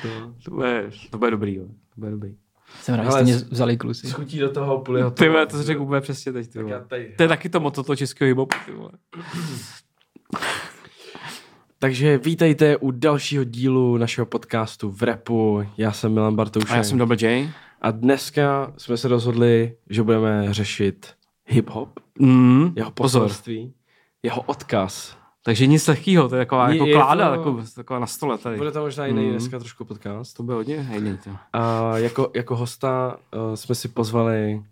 To bude dobrý, jo. To bude dobrý. Jsem rád, že jste mě vzali kluci. Schutí do toho půl. Ty vole, to jsi řekl úplně přesně teď, ty vole. To je taky to moto toho českého hip-hopu, ty vole. Takže vítejte u dalšího dílu našeho podcastu v rapu. Já jsem Milan Bartoušek. A já jsem Double J. A dneska jsme se rozhodli, že budeme řešit hip-hop, jeho poselství, jeho odkaz. Takže nic lehkýho, to je taková jako kláda, taková na stole tady. Bude to možná jiný dneska trošku podcast. To bude hodně jiný. A jako hosta jsme si pozvali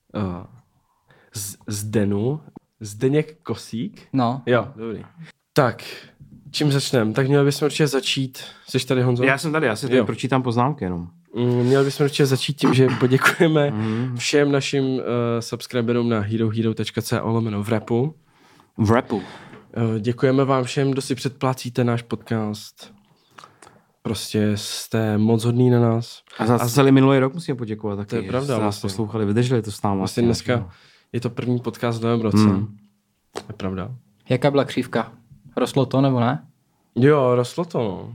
Zdeněk Kosík. No. Jo, dobrý. Tak, čím začneme? Tak měli bychom určitě začít. Jsi tady, Honzo? Já jsem tady, já si tady pročítám poznámky jenom. Měli bychom určitě začít tím, že poděkujeme všem našim subscriberům na herohero.co v rapu. V rapu. Děkujeme vám všem, kdo si předplácíte náš podcast. Prostě jste moc hodný na nás. A za celý minulý rok musíme poděkovat taky. To je pravda. Že nás poslouchali, vydrželi to s námi. Vlastně dneska je to první podcast v novém roce. To je pravda. Jaká byla křívka? Rostlo to nebo ne? Jo, rostlo to, no.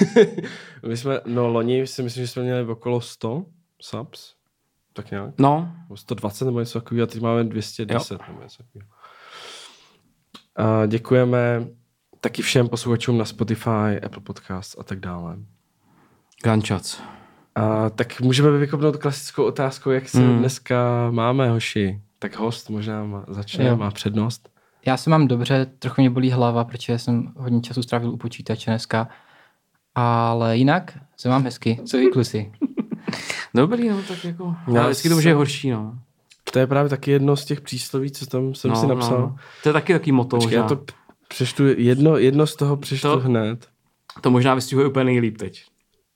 Loni si myslím, že jsme měli okolo 100 subs. Tak nějak. No. 120 nebo něco takového, a teď máme 210 nebo něco takového. Děkujeme taky všem posluchačům na Spotify, Apple Podcast a tak dále. Gančac. Tak můžeme vykopnout klasickou otázku, jak se dneska máme, hoši. Tak host možná má přednost. Já se mám dobře, trochu mě bolí hlava, protože jsem hodně času strávil u počítače dneska. Ale jinak se mám hezky. Co vy, kluci? Dobrý, no, tak jako... Já vždycky to už je horší, no. To je právě taky jedno z těch přísloví, co tam jsem si napsal. No. To je taky motto. Počkej, já to přečtu, jedno z toho přečtu hned. To možná vystihuje úplně nejlíp teď.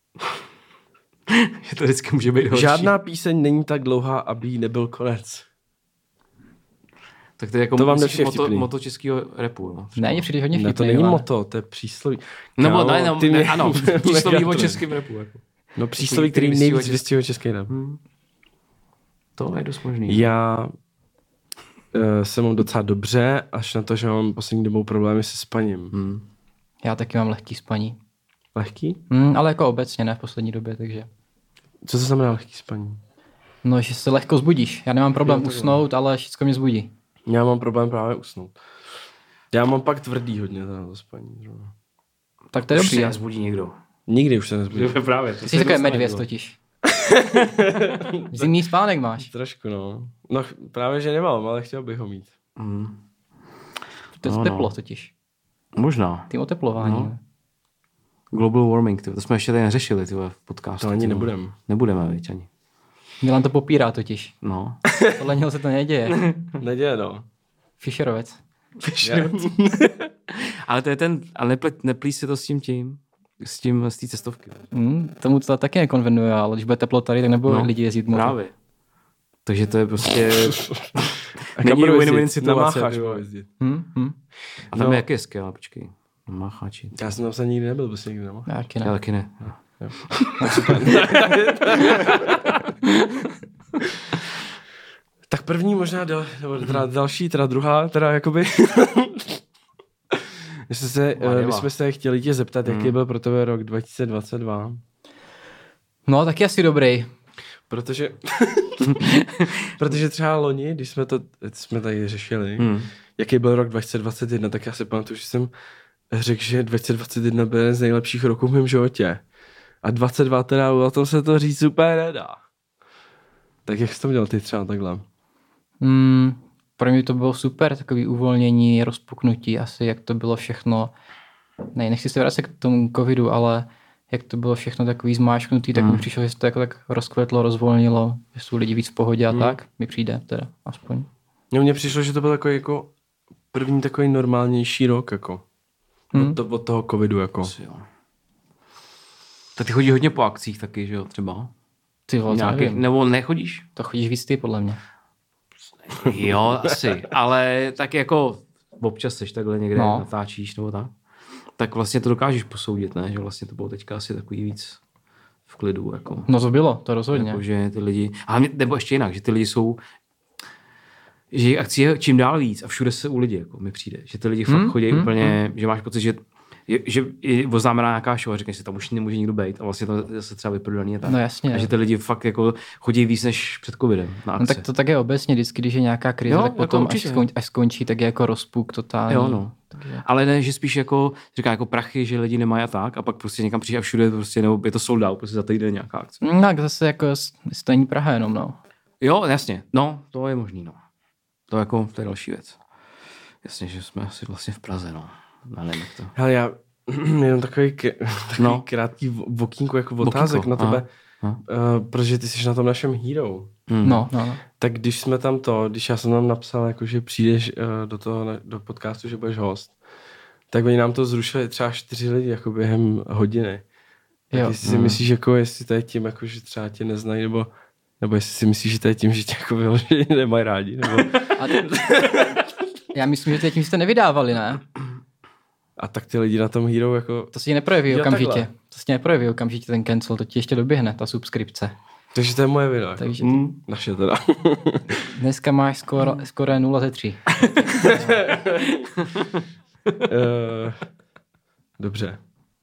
Že to vždycky může být horší. Žádná píseň není tak dlouhá, aby jí nebyl konec. Tak to je jako moto českého rapu. No, ne, je přijde hodně vtipný. Ne, to není moto, to je přísloví. Ano, přísloví o českém rapu. Jako. No přísloví, který nejvíc vystihuje český rap. To je dost možný. Já se mám docela dobře, až na to, že mám poslední dobou problémy se spaním. Já taky mám lehký spaní. Lehký? Ale jako obecně, ne v poslední době, takže... Co to znamená lehký spaní? No, že se lehko zbudíš. Já nemám problém usnout, ale všechno mě zbudí. Já mám problém právě usnout. Já mám pak tvrdý hodně to spaní. Tak to je dobře. Já zbudí někdo. Nikdy už se nezbudí. Právě. Jsi takový medvěd totiž. Zimní spánek máš. Trošku, no. No právě, že nemám, ale chtěl bych ho mít. To je teplo totiž. Možná. Tím oteplování. No. Global warming, to jsme ještě tady neřešili v podcastu. To ani nebudeme. Nebudeme, viď, ani. Milan to popírá totiž. No. Podle něho se to neděje. Neděje, no. Fischerovec. Ale to je ale neplí se to s z té cestovky. Tomu to taky nekonvenuje, ale když bude teplo tady, tak nebudou lidi jezdit moře. Právě. Takže to je prostě... Není win-win situace. A tam je jaký hezké, ale počkej. Mácháči. Já jsem tam se nikdy nebyl, bys někdy nemohl. Já taky ne. Tak první možná, další, druhá, jakoby... My jsme se chtěli tě zeptat, jaký byl pro tebe rok 2022. No, taky asi dobrý. Protože třeba loni, když jsme tady řešili, jaký byl rok 2021, tak já si pamatuju, že jsem řekl, že 2021 byl z nejlepších roků v mém životě. A 22 teda o tom se to říct úplně nedá. Tak jak jsi to měl ty třeba takhle? Pro mě to bylo super, takový uvolnění, rozpuknutí, asi jak to bylo všechno. Nechci se vrátit k tomu covidu, ale jak to bylo všechno takový zmášknutý, tak mi přišlo, že se to jako tak rozkvetlo, rozvolnilo, že jsou lidi víc v pohodě a tak mi přijde teda aspoň. Mně přišlo, že to byl takový jako první takový normálnější rok jako. Od toho covidu jako. Tak ty chodíš hodně po akcích taky, že jo, třeba? Ty nebo nechodíš? To chodíš víc ty, podle mě. Jo, asi, ale tak jako občas seš takhle někde natáčíš nebo tak. Tak vlastně to dokážeš posoudit, ne? Že vlastně to bylo teďka asi takový víc v klidu. Jako. No to bylo, to rozhodně. Jako, že ty lidi, nebo ještě jinak, že ty lidi jsou, že akcí je čím dál víc a všude se u lidí, jako mi přijde. Že ty lidi fakt chodí úplně, že máš pocit, že že je oznámená nějaká show a říkáš si, tam už nemůže nikdo být a vlastně to se třeba vyprodaný a tak. No jasně. A že ty lidi fakt jako chodí víc než před covidem na akce. No tak to tak je obecně vždycky, když je nějaká krize, Jo, tak jako potom určitě. až skončí, tak je jako rozpuk totální. Jo, no. Takže... Ale ne, že spíš jako, říká jako prachy, že lidi nemají a tak a pak prostě někam přijde a všude prostě, nebo je to sold out, prostě za týden nějaká akce. No, tak zase jako to není Praha jenom, no. Jo, jasně, no, to je možný, no. To jako, to je další věc. Jasně, že jsme asi vlastně v Praze, no. Nevím, jak to. Hele, já jenom takový krátký vokínku jako otázek na tebe. Protože ty jsi na tom našem Hero. No. Tak když já jsem tam napsal, jako, že přijdeš do podcastu, že budeš host, tak oni nám to zrušili třeba 4 lidi jako během hodiny. Tak jestli si myslíš, jako, jestli to je tím, jako, že třeba tě neznají, nebo jestli si myslíš, že to je tím, že tě jako vyloženě nemají rádi, nebo... Já myslím, že to je tím, že jste nevydávali, ne? A tak ty lidi na tom Hero jako... To si neprojeví okamžitě. Takhle. To si neprojeví okamžitě ten cancel, to ti ještě doběhne, ta subskripce. Takže to je moje vina. Takže naše teda. Dneska máš skoro 0 ze 3. Dobře.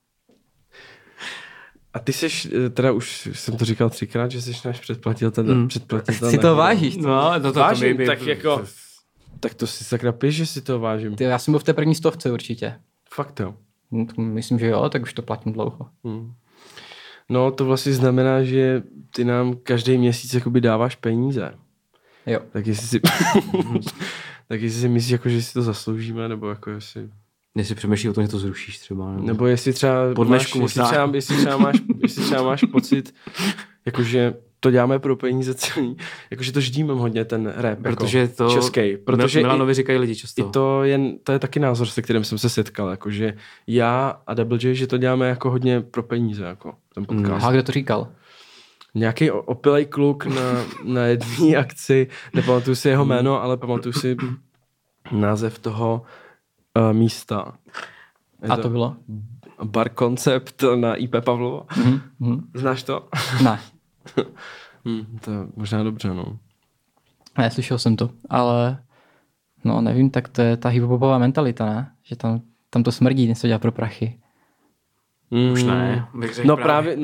A ty seš, teda už jsem to říkal 3krát, že jsi náš předplatitel. Si to vážíš? No, to vážím, tak jako... Tak to si sakra píš, že si to vážím. Já jsem byl v té první 100 určitě. Fakt jo. No, myslím, že jo, tak už to platím dlouho. No to vlastně znamená, že ty nám každý měsíc jakoby dáváš peníze. Jo. Tak jestli si myslíš, jako, že si to zasloužíme, nebo jako jestli... Jestli přemýšlíš o tom, že to zrušíš třeba. Nebo jestli třeba, jestli třeba máš pocit, jakože to děláme pro peníze celý, jakože to ždíme hodně ten rap, protože jako to český. Protože Milanovi říkají lidi často. To je taky názor, se kterým jsem se setkal, jakože já a Double J, že to děláme jako hodně pro peníze, jako ten podcast. A kdo to říkal? Nějaký opilej kluk na jedné akci, nepamatuju si jeho jméno, ale pamatuju si název toho místa. A to bylo? Bar Concept na IP Pavlova. Znáš to? Ne. To je možná dobře, no. Ne, slyšel jsem to, ale no nevím, tak to je ta hiphopová mentalita, ne? Že tam to smrdí, něco dělá pro prachy. Už ne. No právě,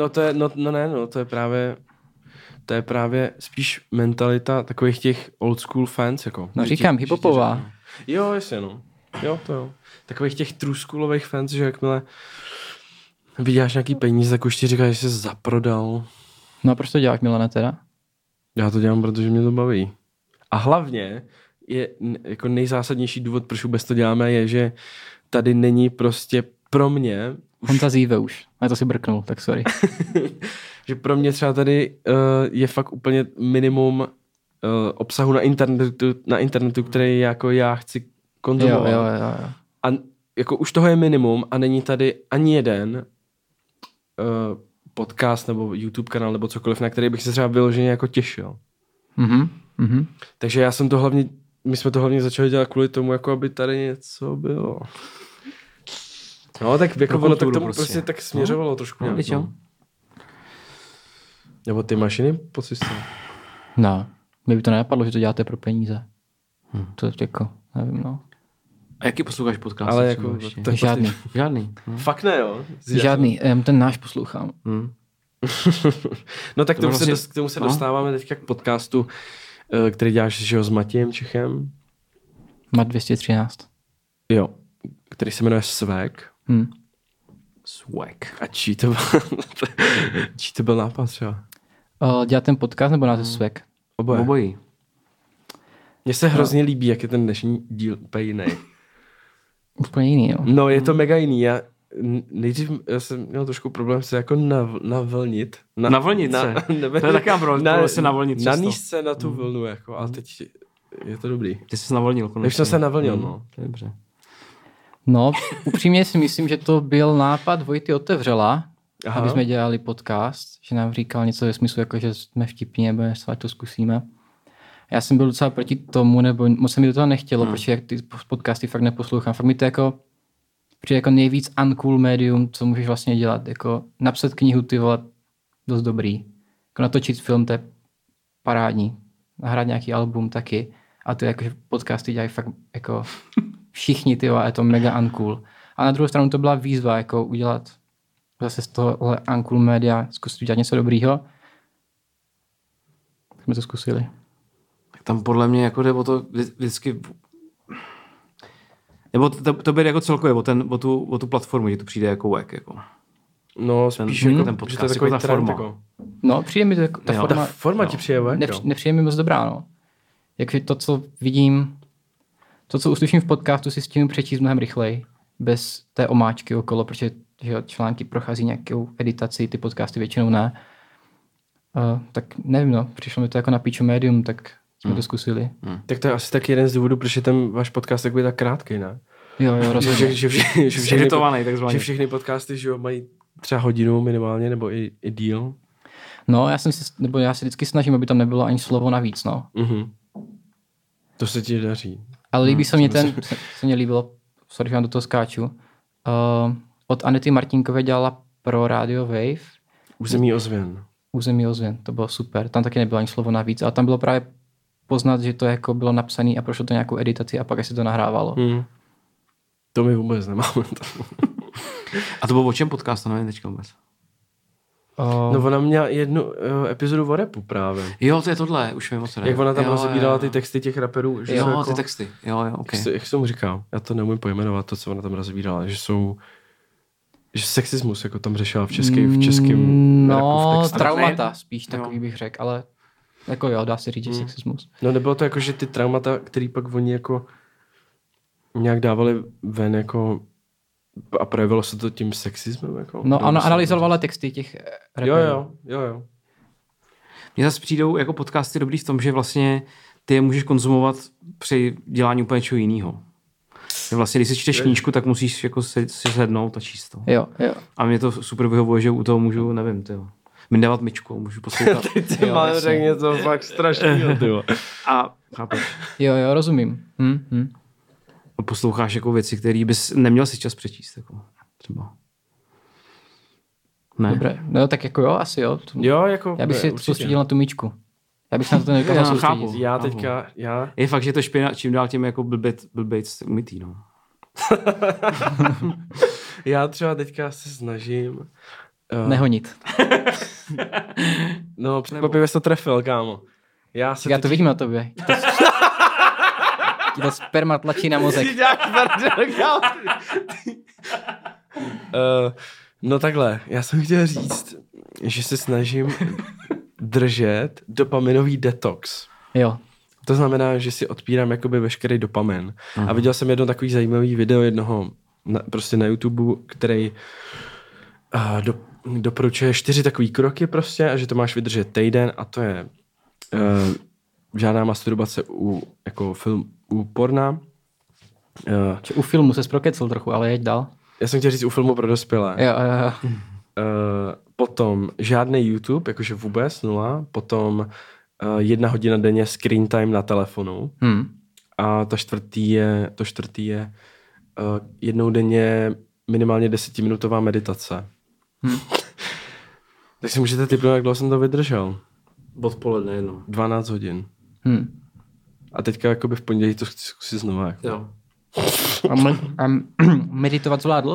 to je právě spíš mentalita takových těch old school fans, jako. No říkám, hiphopová. Jo, jasně, no. Jo, to jo. Takových těch true schoolových fans, že jakmile vyděláš nějaký peníze, tak už ti říkáš, že jsi zaprodal. No a proč to děláš, Milane, teda? Já to dělám, protože mě to baví. A hlavně je jako nejzásadnější důvod, proč vůbec to děláme, je, že tady není prostě pro mě... Honza zíve už. A to si brknul, tak sorry. Že pro mě třeba tady je fakt úplně minimum obsahu na internetu, který jako já chci konzumovat. Jo. A jako už toho je minimum a není tady ani jeden podcast nebo YouTube kanál nebo cokoliv, na který bych se třeba vyloženě jako těšil. Takže my jsme to hlavně začali dělat kvůli tomu, jako aby tady něco bylo. No tak jako ono tak tomu prostě tak směřovalo trošku. No. Nebo ty máš jiný pocit? No, mě by to nenapadlo, že to děláte pro peníze. To jako, nevím, no. A jaký posloucháš podcast? Ale jako, Žádný. Žádný. Fakt ne, jo? Žádný, ten náš poslouchám. No tak k tomu se dostáváme teďka k podcastu, který děláš s Matějem Čechem. Mat 213. Jo, který se jmenuje Swag. Swag. A čí to byl nápad třeba? Dělat ten podcast nebo název Swag? Obojí. Mně se hrozně líbí, jak je ten dnešní díl úplně jiný. Úplně jiný, jo. No, je to mega jiný. Nejdřív jsem měl trošku problém se jako navlnit. Navlnit se? To je taková problém se navlnit často. Naníst se na tu vlnu, jako, ale teď je to dobrý. Ty jsi se navlnil konečně. Už jsem se navlnil, no. To je dobře. No, upřímně si myslím, že to byl nápad Vojty Otevřela, aby jsme dělali podcast, že nám říkal něco ve smyslu, jako že jsme vtipní, nebo ať to zkusíme. Já jsem byl docela proti tomu, nebo moc se mi do toho nechtělo, protože jak ty podcasty fakt neposlouchám. Fakt mi to jako přijde jako nejvíc uncool médium, co můžeš vlastně dělat. Jako napsat knihu, ty vole, dost dobrý. Jako natočit film, to je parádní. Nahrát nějaký album taky. A to je jako, že podcasty dělají fakt jako všichni, ty vole, je to mega uncool. A na druhou stranu to byla výzva, jako udělat zase z tohohle Uncool Media, zkusit udělat něco dobrýho. Tak jsme to zkusili. Tam podle mě jako jde o to vždycky... Nebo to bude jako celkově o tu platformu, že to přijde jako wack, jako. No, spíš jako ten podcast, že to je takový jako ta trend, forma. jako. No, přijde mi to, Ta forma ti přijde wack, nepřijde mi moc dobrá, no. Jak to, co vidím, to, co uslyším v podcastu, si stihnu přečíst mnohem rychleji, bez té omáčky okolo, protože že články prochází nějakou editaci, ty podcasty většinou ne. Tak nevím, no, přišlo mi to jako na píču médium, tak jsme to zkusili. Tak to je asi taky jeden z důvodů, proč je ten váš podcast takový tak krátký, ne? Jo, rozhodně. Že všechny podcasty, že jo, mají třeba hodinu minimálně, nebo i díl. No, já si vždycky snažím, aby tam nebylo ani slovo navíc, no. To se ti daří. Ale líbí se mě líbilo, sorry, že vám do toho skáču, od Anety Martinkové dělala pro Radio Wave. Území ozvěn, to bylo super. Tam taky nebylo ani slovo navíc, ale tam bylo právě poznat, že to jako bylo napsané a prošlo to nějakou editaci a pak se to nahrávalo. To my vůbec nemáme. A to bylo o čem podcast, nevím teďka vůbec. No ona měla jednu epizodu o rapu právě. Jo, to je tohle, už vím, o co. Jak ona tam rozebírala ty texty těch raperů. Že jo, jako, ty texty. Jo, okay. Jak jsem mu říkal, já to neumím pojmenovat, to, co ona tam rozebírala, že sexismus jako tam řešila v českém no, traumata spíš takový bych řekl, ale jako jo, dá se říct, že sexismus. No nebylo to jako, že ty traumata, který pak oni jako nějak dávali ven jako a projevilo se to tím sexismem jako? No ona analyzovala texty těch raperů. Jo. Mně zase přijdou jako podcasty dobrý v tom, že vlastně ty je můžeš konzumovat při dělání úplně čeho jiného. Vlastně, když si čteš knížku, tak musíš jako si sednout a číst to. Jo. A mě to super vyhovuje, že u toho můžu, nevím, mindávat myčku, můžu poslouchat. Ty máš řekl něco fakt strašného, tyjo. A chápeš? Jo, rozumím. A posloucháš jako věci, které bys neměl si čas přečíst, jako třeba. Ne? Dobré, no tak jako jo, asi jo. Jo, jako... Já bych si soustředil na tu myčku. Já bych se na to nekázal soustředit. Já teďka... Je fakt, že to špina čím dál tím jako blbejc umytý, no. Já třeba teďka se snažím... Nehonit. No, překvapivě jsi to trefil, kámo. Já to vidím na tobě. Ti to sperma tlačí na mozek. No takhle, já jsem chtěl říct, že se snažím držet dopaminový detox. Jo. To znamená, že si odpírám jakoby veškerý dopamin. A viděl jsem jedno takový zajímavý video jednoho prostě na YouTube, který doporučuje 4 takový kroky prostě a že to máš vydržet týden a to je žádná masturbace u porna. U filmu se sprokecl trochu, ale jeď dál. Já jsem chtěl říct u filmu pro dospělé. Jo. Potom žádný YouTube, jakože vůbec 0. Potom 1 hodina denně screen time na telefonu. A to čtvrtý je jednou denně minimálně 10minutová meditace. Tak si můžete tipnout, jak dlouho jsem to vydržel. Odpoledne jedno. 12 hodin. A teďka jakoby v pondělí to chci zkusit znovu. Jako. Jo. A meditovat zvládlo?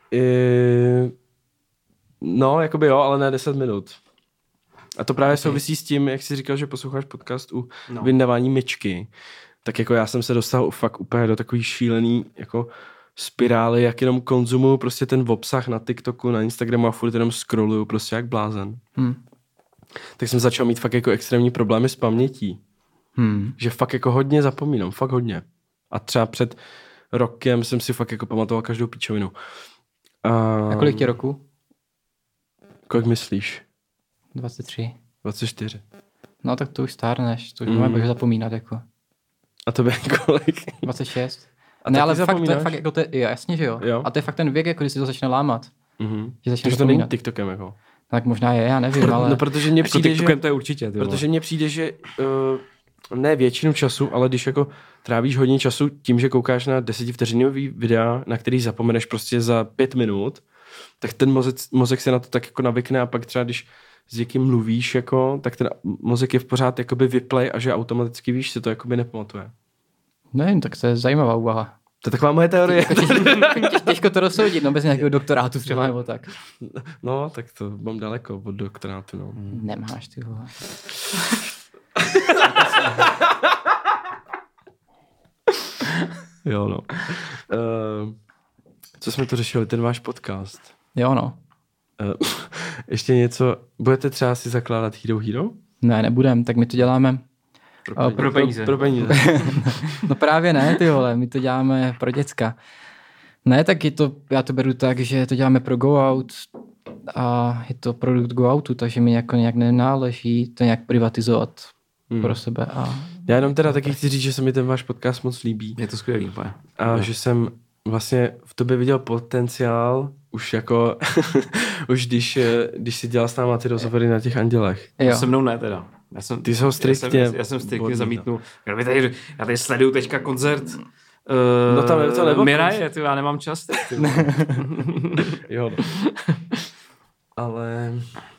No, jakoby jo, ale ne 10 minut. A to právě souvisí s tím, jak jsi říkal, že posloucháš podcast u vyndávání myčky. Tak jako já jsem se dostal fakt úplně do takový šílený jako spirály, jak jenom konzumuju prostě ten obsah na TikToku, na Instagramu a furt jenom scrolluju prostě jak blázen. Tak jsem začal mít fakt jako extrémní problémy s pamětí. Že fakt jako hodně zapomínám, fakt hodně. A třeba před rokem jsem si fakt jako pamatoval každou píčovinu. A kolik tě roku? Kolik myslíš? 23. 24. No tak to už stárneš, to už můžeš zapomínat jako. A to bude kolik? 26. Ne, ale fakt, to je fakt jako jasně, že jo. A to je fakt ten věk, jako když si to začne lámat. Že začne takže to není TikTokem jako. Tak možná je, já nevím, ale... No protože mně přijde, jako TikTokem to je určitě. Protože mně přijde, že ne většinu času, ale když jako trávíš hodně času tím, že koukáš na 10vteřinový videa, na který zapomeneš prostě za 5 minut, tak ten mozek se na to tak jako navykne a pak třeba když s někým mluvíš, jako, tak ten mozek je v pořád jakoby vyplay a že automaticky víš, si to jakoby nepamatuje. Nevím, tak to je zajímavá úvaha. To je taková moje teorie. Těžko to rozsoudit, no bez nějakého doktorátu třeba nebo tak. No, tak to mám daleko od doktorátu, no. Nemáš, ty vole. Jo, no. Co jsme tu řešili, ten váš podcast? Jo, no. Ještě něco, budete třeba si zakládat Hero? Ne, nebudem, tak my to děláme Pro peníze. Pro peníze. No právě ne, ty vole, my to děláme pro děcka. Ne, tak já to beru tak, že to děláme pro Go Out a je to produkt Go Outu, takže mi jako nějak nenáleží to nějak privatizovat pro sebe. Já jenom teda taky chci říct, že se mi ten váš podcast moc líbí. Je to skvělý, pane. A že jsem vlastně v tobě viděl potenciál už jako, už když si dělal s náma ty rozhovory na těch andělech. Jo. Se mnou ne teda. Ty jsi ho striktně... Já jsem striktně zamítnul. Já tady sleduju teďka koncert no tam to nebo Miraje, já nemám čas. Jo. No. Ale...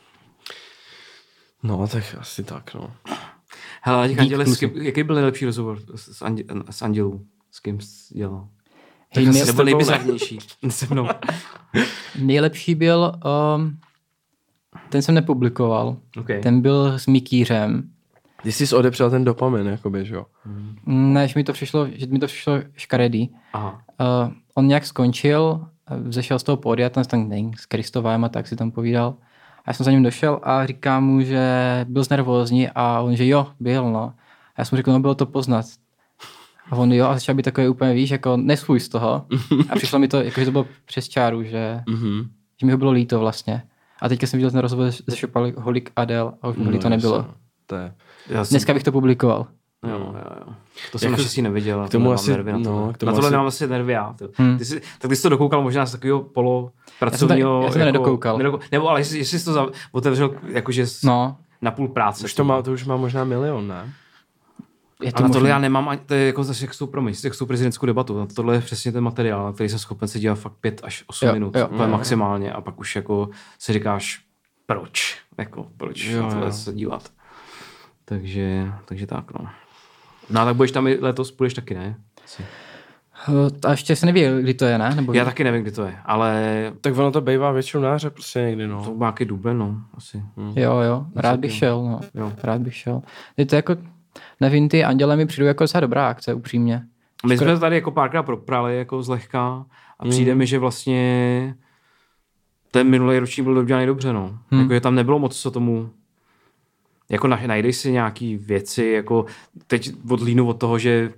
No, tak asi tak, no. Hele, těch andělech, jaký byl nejlepší rozhovor s Andělů? S kým jsi dělal? Nebo nejbizarnější se mnou. Nejlepší byl, ten jsem nepublikoval. Okay. Ten byl s Mikýřem. Ty jsi odepřel ten dopamin, jakoby, že jo? Ne, že mi to přišlo škaredý. On nějak skončil, vzešel z toho pódia, ten s Kristovem a tak si tam povídal. A já jsem za ním došel a říkám mu, že byl nervózní a on, že jo, byl, no. A já jsem mu řekl, no bylo to poznat. A on jo, a začal být takový úplně, víš, jako nesvůj z toho. A přišlo mi to, jako, že to bylo přes čáru, že mi ho bylo líto vlastně. A teďka jsem viděl ten rozhovor ze Shopaholic Adele a už mi líto nebylo. Dneska bych to publikoval. Jo. To jsem naštěstí neviděl. K tomu asi, na tohle nemám asi nervy já. Tak ty jsi to dokoukal možná z takového polopracovního... Já jsem to nedokoukal. Nebo ale jestli jsi to otevřel jakože na půl práce. To už má možná milion, ne? Ale tohle já nemám, to je jako zase jak s tou prezidentskou debatu. Tohle je přesně ten materiál, na který jsem schopen se dělat fakt 5 až 8 minut. Maximálně. A pak už jako si říkáš, proč na tohle se dívat. Takže tak, no. No a tak budeš tam i letos, půjdeš taky, ne? A ještě se neví, kdy to je, ne? Nebo já taky nevím, kdy to je, ale... Tak ono to bývá většinou na hře prostě někdy, no. To má nějaký duben, no, asi. Jo, rád bych šel, no. Rád bych šel. Je to jako, nevím, ty anděle mi přijdou jako docela dobrá akce, upřímně. My jsme to tady jako párkrát proprali, jako zlehka a přijde mi, že vlastně ten minulý ročník byl udělaný dobře, no. Jako, že tam nebylo moc co tomu... Jako najdeš si nějaký věci, jako teď odlínu od toho, že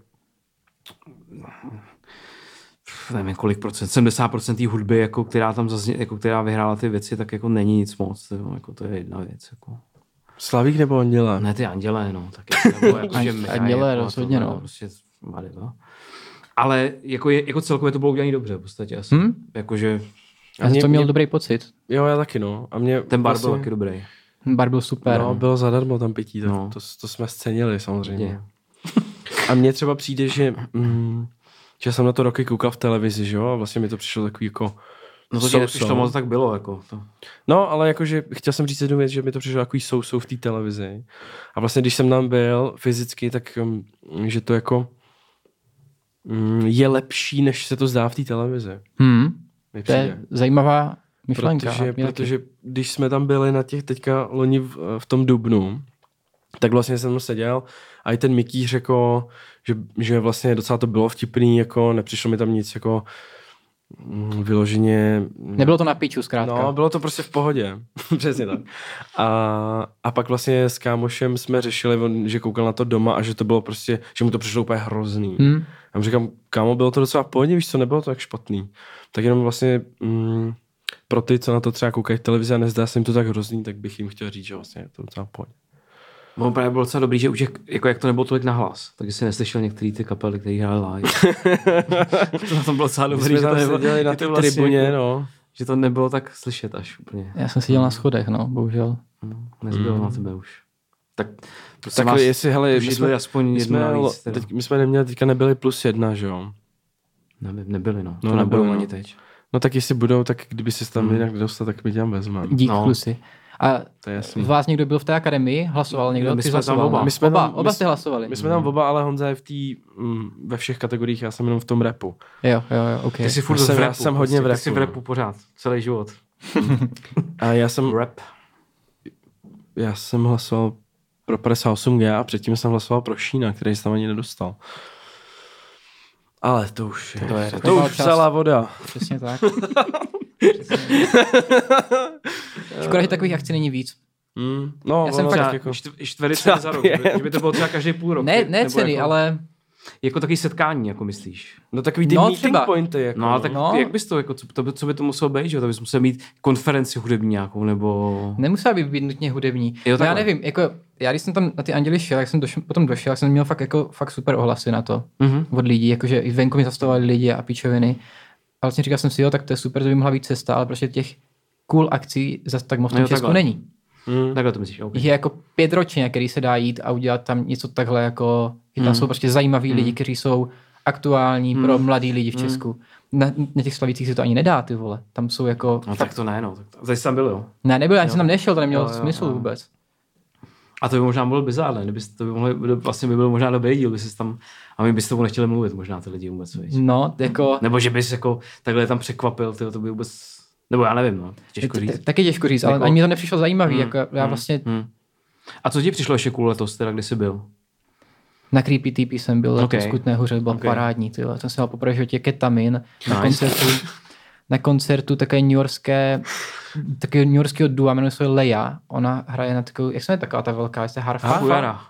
nevím kolik procent, 70% té hudby, jako, která tam zazně, jako, která vyhrála ty věci, tak jako není nic moc, jako, to je jedna věc. Jako. Slavík nebo Anděle? Ne, ty Anděle, no. Tak nebo jako, Anděle rozhodně, no. Prostě, ale jako celkově to bylo udělané dobře, v podstatě asi. Jakože... Já to měl dobrý pocit. Jo, já taky, no. A ten bar byl taky dobrý. Bar byl super. No, bylo zadarmo tam pití, tak to jsme scenili samozřejmě. A mně třeba přijde, že jsem na to roky koukal v televizi, že jo, a vlastně mi to přišlo takový jako... No to ti nepřišlo moc, tak bylo, jako to. No, ale jakože chtěl jsem říct jednu věc, že mi to přišlo takový v té televizi. A vlastně, když jsem tam byl fyzicky, tak že to jako je lepší, než se to zdá v té televizi. To je zajímavá myšlenka. Protože když jsme tam byli na těch teďka loni v tom dubnu, tak vlastně jsem tam seděl a i ten Mikýř jako, že vlastně docela to bylo vtipný, jako nepřišlo mi tam nic jako vyloženě... Nebylo to na piču zkrátka. No, bylo to prostě v pohodě. Přesně tak. A pak vlastně s kámošem jsme řešili, že koukal na to doma a že to bylo prostě, že mu to přišlo úplně hrozný. A mu říkám, kámo, bylo to docela v pohodě, víš co, nebylo to tak špatný. Tak jenom vlastně pro ty, co na to třeba koukají v televizi a nezdá se jim to tak hrozný, tak bych jim chtěl říct, že vlastně je to docela v pohodě. No, právě bylo docela dobrý, že už jako jak to nebylo tolik nahlas, takže si neslyšel některý ty kapely, které hrály live. To na tom bylo docela dobrý, že to nebylo, na té tribuně, no. Že to nebylo tak slyšet až úplně. Já jsem seděl na schodech, no, bohužel. Nezbylo na tebe už. Tak jestli, hele, my jsme neměli, teďka nebyli +1, že jo? Nebyli, no. To nebudou ani teď. No tak jestli budou, tak kdyby se tam jinak dostal, tak my tam vezmeme. Dík, kluci. A To je jasný. z vás někdo byl v té akademii? Hlasoval někdo? My Ty jsme tam hlasoval, oba. ne? My jsme tam- Oba jste hlasovali. My jsme tam oba, ale Honza je ve všech kategoriích, já jsem jenom v tom rapu. Jo, ok. Ty jsi furt Já jsem- v rapu. já jsem hodně v Ty jsi rapu, v rapu pořád. Celý život. A Rap. já jsem hlasoval pro 58G a předtím jsem hlasoval pro Šína, který se tam ani nedostal. Ale to už je. To už celá voda. Přesně tak. Škoda, že takových akcí není víc. No, Já jsem ono fakt tak jako... Čtvrt ceny za rok. Že by to bylo třeba každý půl rok. Ne Nebo ceny, jako, ale jako takový setkání, jako myslíš. No takový ty No, meeting třeba. pointy. Jako, No ale tak No. jak bys to, jako, co by to muselo být, že? To bys musel mít konferenci hudební nějakou, nebo... nemusela být nutně hudební. Jo, No, já takhle. nevím, jako já když jsem tam na ty Anděly šel, jak jsem potom došel, jak jsem měl fakt super ohlasy na to od lidí, jakože i venku mi zastavovali lidi a pičoviny. A vlastně říkal jsem si, jo, tak to je super, to by mohla být cesta, ale prostě těch cool akcí zase tak moc v tom Jo, Česku takhle. není. Takhle to myslíš, OK. Jich je jako 5 ročně, který se dá jít a udělat tam něco takhle jako, tam jsou prostě zajímaví lidi, kteří jsou aktuální pro mladý lidi v Česku. Na těch Slavících se to ani nedá, ty vole. Tam jsou jako... No tak to ne, no. Zase jsi tam byl, jo. Ne, nebyl, já jsem tam nešel, to nemělo Jo, smysl vůbec. A to by možná bylo bizárné, to by mohlo, vlastně by byl možná dobrý díl, by jsi tam, a my byste tomu nechtěli mluvit, možná ty lidi vůbec, víš. No, jako... Nebo že bys jako takhle tam překvapil, tyjo, to by vůbec, nebo já nevím, no, těžko říct. Taky těžko říct, ale Jako- ani mi to nepřišlo zajímavý, jako já vlastně A co ti přišlo ještě cool letos, teda kdy jsi byl? na Creepy TP jsem byl letos v Kutné Hoře, byl Okay. parádní, tyhle. Jsem si dal poprvé v životě Ketamin Nice. na koncertu také newyorského dua, jmenuje se Leia. Ona hraje na takovou, jak se jmenuje taková ta velká, jestli harfa?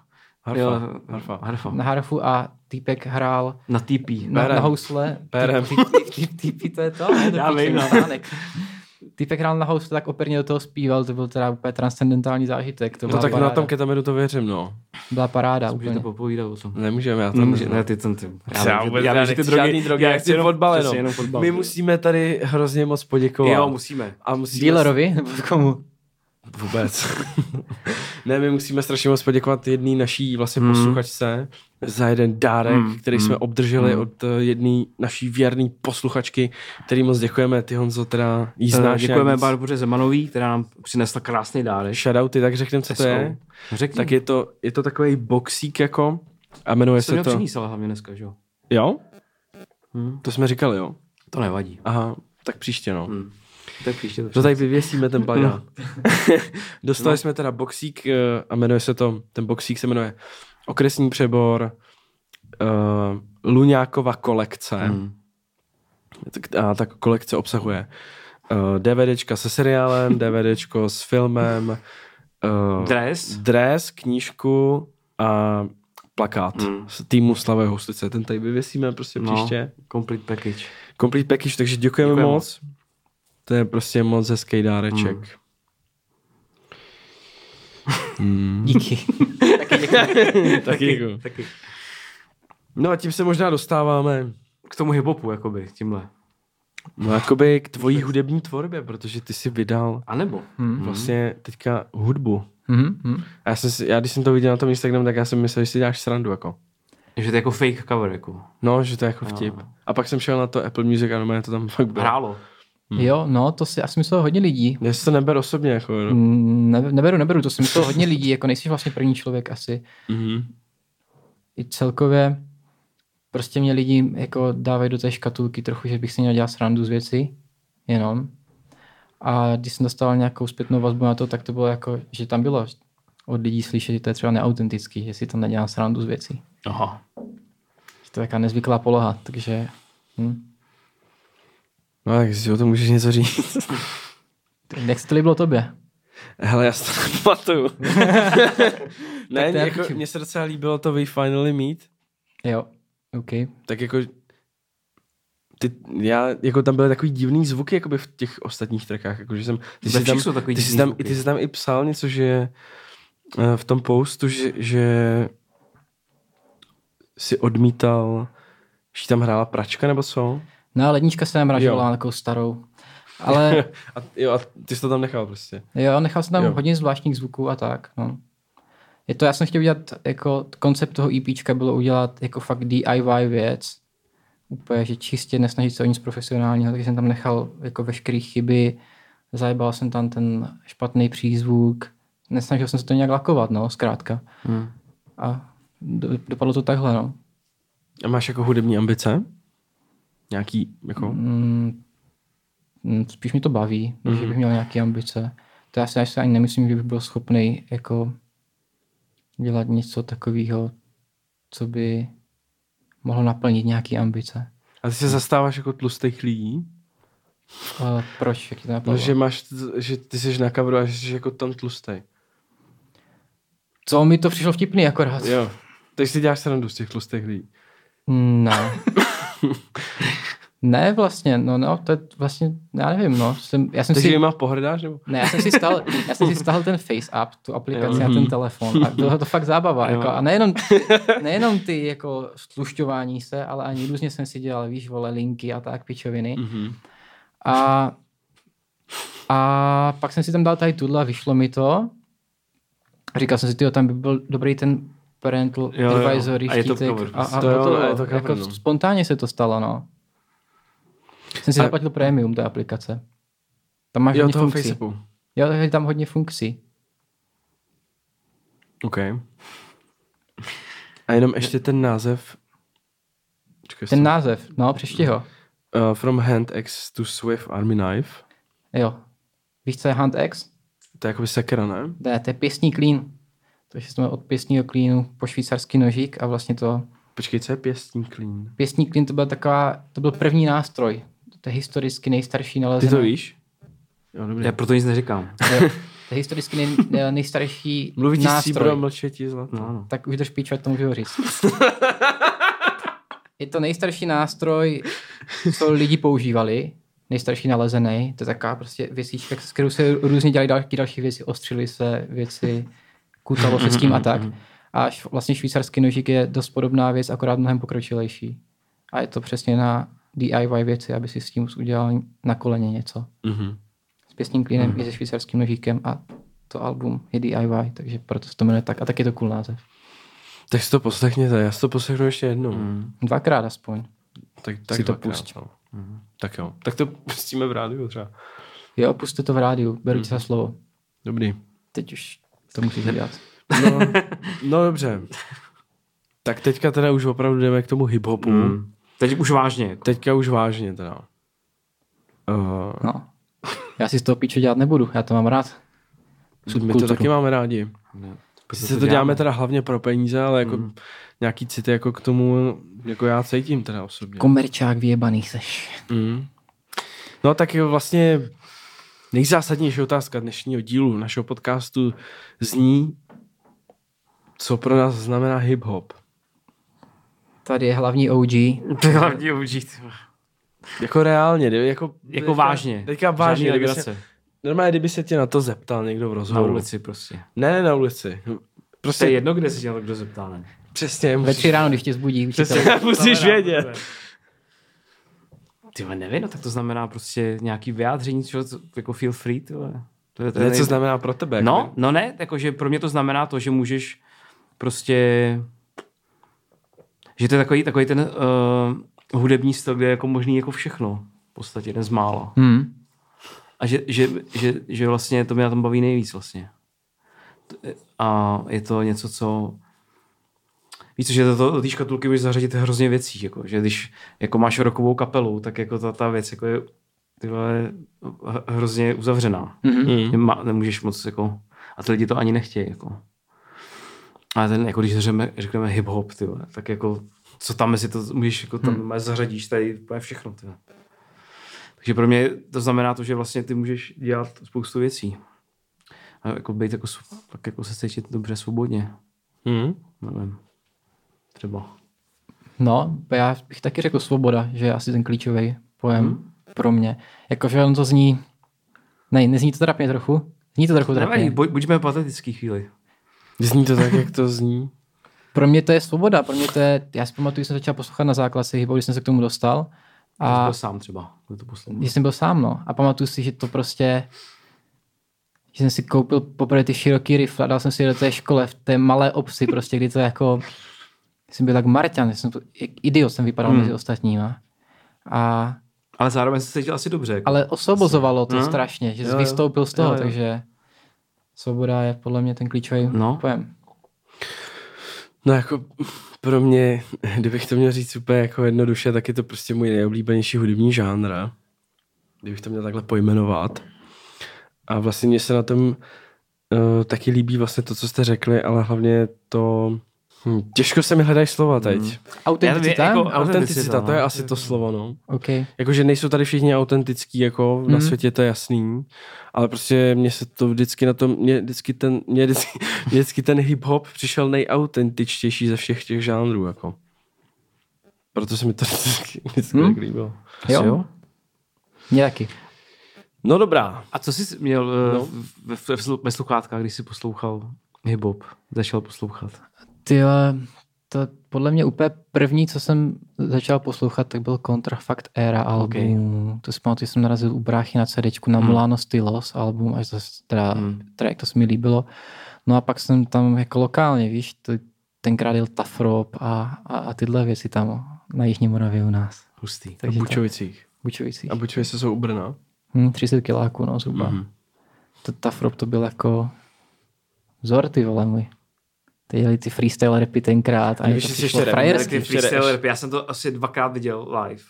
Harfa. Na harfu a týpek hrál Na TP. na housle. Perem. TP to je to? Ne, Já vím, no. Týpek hrál na housle, tak operně do toho zpíval, to byl teda úplně transcendentální zážitek. To No byla tak paráda. na tom Ketamiru to věřím, no. Byla paráda Můžete úplně. popovídat o tom. Nemůžeme, já to Ne, ty ten. Já vím, že ty žádný drogy, já chci fotbal jenom. fotbal. My musíme tady hrozně moc poděkovat. Jo, musíme. A musíme Dealerovi? Nebo komu? Vůbec. Ne, my musíme strašně moc poděkovat jedné naší vlastně posluchačce za jeden dárek, který jsme obdrželi od jedné naší věrné posluchačky, který moc děkujeme. Ty, Honzo, teda jí znáš. Děkujeme Barboře Zemanový, která nám přinesla krásný dárek. Shoutouty, tak řekněme, co to je. Řekni. Tak je to takový boxík jako a jmenuje Jsem se to... přinísal hlavně dneska, že jo? Jo? To jsme říkali, jo? To nevadí. Aha, tak příště, no. Tak příště To tady vyvěsíme ten plagát. Dostali jsme teda boxík a jmenuje se to, ten boxík se jmenuje Okresní přebor Luňákova kolekce. A ta kolekce obsahuje DVDčka se seriálem, DVDčko s filmem, dres, knížku a plakát z týmu Slavové Houstice. Ten tady vyvěsíme prostě příště. Complete package. Complete package, takže děkujeme moc. To je prostě moc hezký dáreček. Díky. Taky děkuju. Taky. No a tím se možná dostáváme K tomu hip-hopu, jakoby, tímhle. no jakoby k tvojí hudební tvorbě, protože ty si vydal A nebo? vlastně teďka hudbu. A já když jsem to viděl na tom Instagramu, tak já jsem myslel, že si děláš srandu, jako. Že to je jako fake cover, jako. No, že to je jako vtip. A pak jsem šel na to Apple Music a normálně to tam fakt bylo. Hrálo. Jo, no, to si asi myslel hodně lidí. Já si to neber osobně, jako. No. Neberu, to si myslel hodně lidí, jako nejsi vlastně první člověk asi. I celkově prostě mě lidi jako dávají do té škatulky trochu, že bych si měl dělat srandu z věcí, jenom. A když jsem dostal nějakou zpětnou vazbu na to, tak to bylo jako, že tam bylo od lidí slyšet, že to je třeba neautentický, že si tam nedělám srandu z věcí. Aha. Že to je taková nezvyklá poloha, takže... No tak si o tom můžeš něco říct. Jak se to líbilo tobě? Hele, já si to nepamatuju. Ne, to já jako, píču. mně se docela líbilo to We Finally Meet. Jo, OK. Tak jako jako tam byly takový divný zvuky jakoby v těch ostatních trackách, jako že jsem ty jsi tam i psal něco, že v tom postu, že si odmítal, že tam hrála pračka nebo co? No, lednička se nám ražovala takovou starou. Ale a ty jsi to tam nechal prostě. jo, nechal jsem tam hodně zvláštních zvuků a tak, no. Já jsem chtěl udělat, jako koncept toho EPčka bylo udělat jako fakt DIY věc. Úplně, že čistě nesnažit se o nic profesionálního, takže jsem tam nechal jako veškeré chyby zajebal jsem tam ten špatný přízvuk, nesnažil jsem se to nějak lakovat, no, zkrátka. A dopadlo to takhle, no. A máš jako hudební ambice? Nějaký, jako... Spíš mi to baví, že bych měl nějaké ambice. To já si ani nemyslím, že bych byl schopný jako dělat něco takového, co by mohlo naplnit nějaké ambice. A ty se zastáváš jako tlustých lidí? Proč? Jak to napadlo? Že ty jsi na coveru a že jsi jako tam tlustej. Co mi to přišlo vtipný akorát. Jo. Takže si děláš srandu z těch tlustých lidí. Ne. Ne vlastně, no, to je vlastně, já nevím, no. Takže jima pohrdáš, nebo? Ne, já jsem si stáhl ten FaceApp, tu aplikaci na ten telefon a bylo to fakt zábava. Jako, a nejenom ty jako slušťování se, ale ani různě jsem si dělal, víš, vole, linky a tak, pičoviny. A pak jsem si tam dal tady tudle a vyšlo mi to. A říkal jsem si, tyjo, tam by byl dobrý ten parental advisory štítek. A to jako spontánně se to stalo, no. Jsem si zaplatil premium té aplikace. Tam máš hodně funkcí. Facebooku. Jo, je tam hodně funkcí. OK. A jenom ještě ten název. Název, no, přečti ho. From Hand Axe to Swift Army Knife. Jo. Víš, co je Hand Axe? To je jakoby sekera, ne? To je pěstní klín. Takže jsme od pěstního klínu po švýcarský nožík a vlastně to... Počkej, co je pěstní klín? Pěstní klín to byl první nástroj. To je historicky nejstarší nalezený. Ty to víš? Jo, dobrý. Já proto nic neříkám. To je historicky nejstarší mluví nástroj. Stříbro, mlčetí zlato. No. Tak už drž píč, ať to můžu říct. Je to nejstarší nástroj, co lidi používali. Nejstarší nalezený. To je taková prostě věcička, s kterou se různě dělali další věci. Ostřily se věci, kutalo se s tím a tak. A vlastně švýcarský nožík je dost podobná věc, akorát mnohem pokročilejší. A je to přesně na DIY věci, aby si s tím udělal na koleně něco. S pěstním klínem i se švýcarským nožíkem a to album je DIY, takže proto se to jmenuje tak. A tak je to cool název. Tak si to poslechněte, já si to poslechnu ještě jednou. 2krát aspoň. Tak si to pustí. No. Tak jo, tak to pustíme v rádiu třeba. Jo, puste to v rádiu, beru ti za slovo. Dobrý. Teď už to musíš dělat. No dobře. Tak teďka teda už opravdu jdeme k tomu hip-hopu. Teď už vážně. Jako. Teďka už vážně teda. No. Já si z toho píče dělat nebudu, já to mám rád. My to taky máme rádi. Sice to děláme teda hlavně pro peníze, ale jako nějaký city jako k tomu, jako já cítím teda osobně. Komerčák vyjebaný seš. No tak vlastně nejzásadnější otázka dnešního dílu našeho podcastu zní, co pro nás znamená hip-hop. Tady je hlavní OG. Hlavní OG. Jako reálně, jako vážně. Teďka vážně. Normálně, kdyby se tě na to zeptal někdo v rozhovoru. Na ulici prostě. Ne, na ulici. Prostě je jedno, kde se tě kdo zeptá, ne? Přesně. Ve 3 ráno, když tě zbudí. Přesně, musíš vědět. Tyhle nevím, no tak to znamená prostě nějaký vyjádření, čo, jako feel free, tyhle. To co znamená pro tebe? No ne, jakože pro mě to znamená to, že můžeš prostě, že to je takový ten hudební styl, kde je jako možný jako všechno, v podstatě jeden z mála. A že vlastně to mě na tom baví nejvíc vlastně. A je to něco, co víš, že do té škatulky můžeš zařadit hrozně věcí, jako, že když jako máš rockovou kapelu, tak jako ta věc jako je tyhle, hrozně uzavřená. Nemůžeš moc jako, a ty lidi to ani nechtějí. Jako. Ale ten, jako když řekneme hip-hop, tyhle, tak jako co tam mezi to můžeš, jako tam zařadíš tady všechno. Tyhle. Takže pro mě to znamená to, že vlastně ty můžeš dělat spoustu věcí. A jako být jako, tak jako se cítit dobře, svobodně. Nevím. Třeba. No, já bych taky řekl svoboda, že je asi ten klíčový pojem pro mě. Jakože on to zní... Ne, nezní to trapně trochu? Zní to trochu trapně. Buďme patetický chvíli. Zní to tak, jak to zní? Pro mě to je svoboda. Pro mě to je... Já si pamatuju, že jsem začal poslouchat na základce hip-hop, když jsem se k tomu dostal. A jsi byl sám třeba. Když jsem byl sám, no. A pamatuju si, že to prostě... Že jsem si koupil poprvé ty široký rifle a dal jsem si do té škole v té malé obci prostě, kdy to jako... Jsem byl tak Marťan, jak idiot jsem vypadal mezi ostatníma. A Ale zároveň se cítil asi dobře. Jako. Ale osvobozovalo to strašně, že jsi vystoupil z toho, jo. takže svoboda je podle mě ten klíčový pojem. No jako pro mě, kdybych to měl říct úplně jako jednoduše, tak je to prostě můj nejoblíbenější hudební žánr. Kdybych to měl takhle pojmenovat. A vlastně mně se na tom taky líbí vlastně to, co jste řekli, ale hlavně to... Těžko se mi hledají slova teď. Autenticita? Autenticita, to je asi to slovo, no. Okay. Jakože nejsou tady všichni autentický, jako na světě to je jasný, ale prostě mně se to vždycky na tom, mně vždycky ten hip-hop přišel nejautentičtější ze všech těch žánrů, jako. Proto se mi to vždycky tak líbilo. Jo? Mně taky. No dobrá. A co jsi měl ve sluchátkách, když jsi poslouchal hip-hop? Začal poslouchat? Tyhle, to podle mě úplně první, co jsem začal poslouchat, tak byl Contrafact Era album. Okay. To si pamatuju, jsem narazil u bráchy na CDčku na Milano Stylos album, až zase track, to se mi líbilo. No a pak jsem tam jako lokálně, víš, tenkrát jel Tough Rob a tyhle věci tam na Jižní Moravě u nás. Hustý. Takže v Bučovicích. Bučovicích. A Bučovice jsou u Brna? 30 kiláků, no zhruba. To Tough Rob to byl jako vzor, ty vole můj. Ty jeli ty freestyle rapy tenkrát a je to přišlo frajersky. Freestyle rapy, já jsem to asi 2krát viděl live.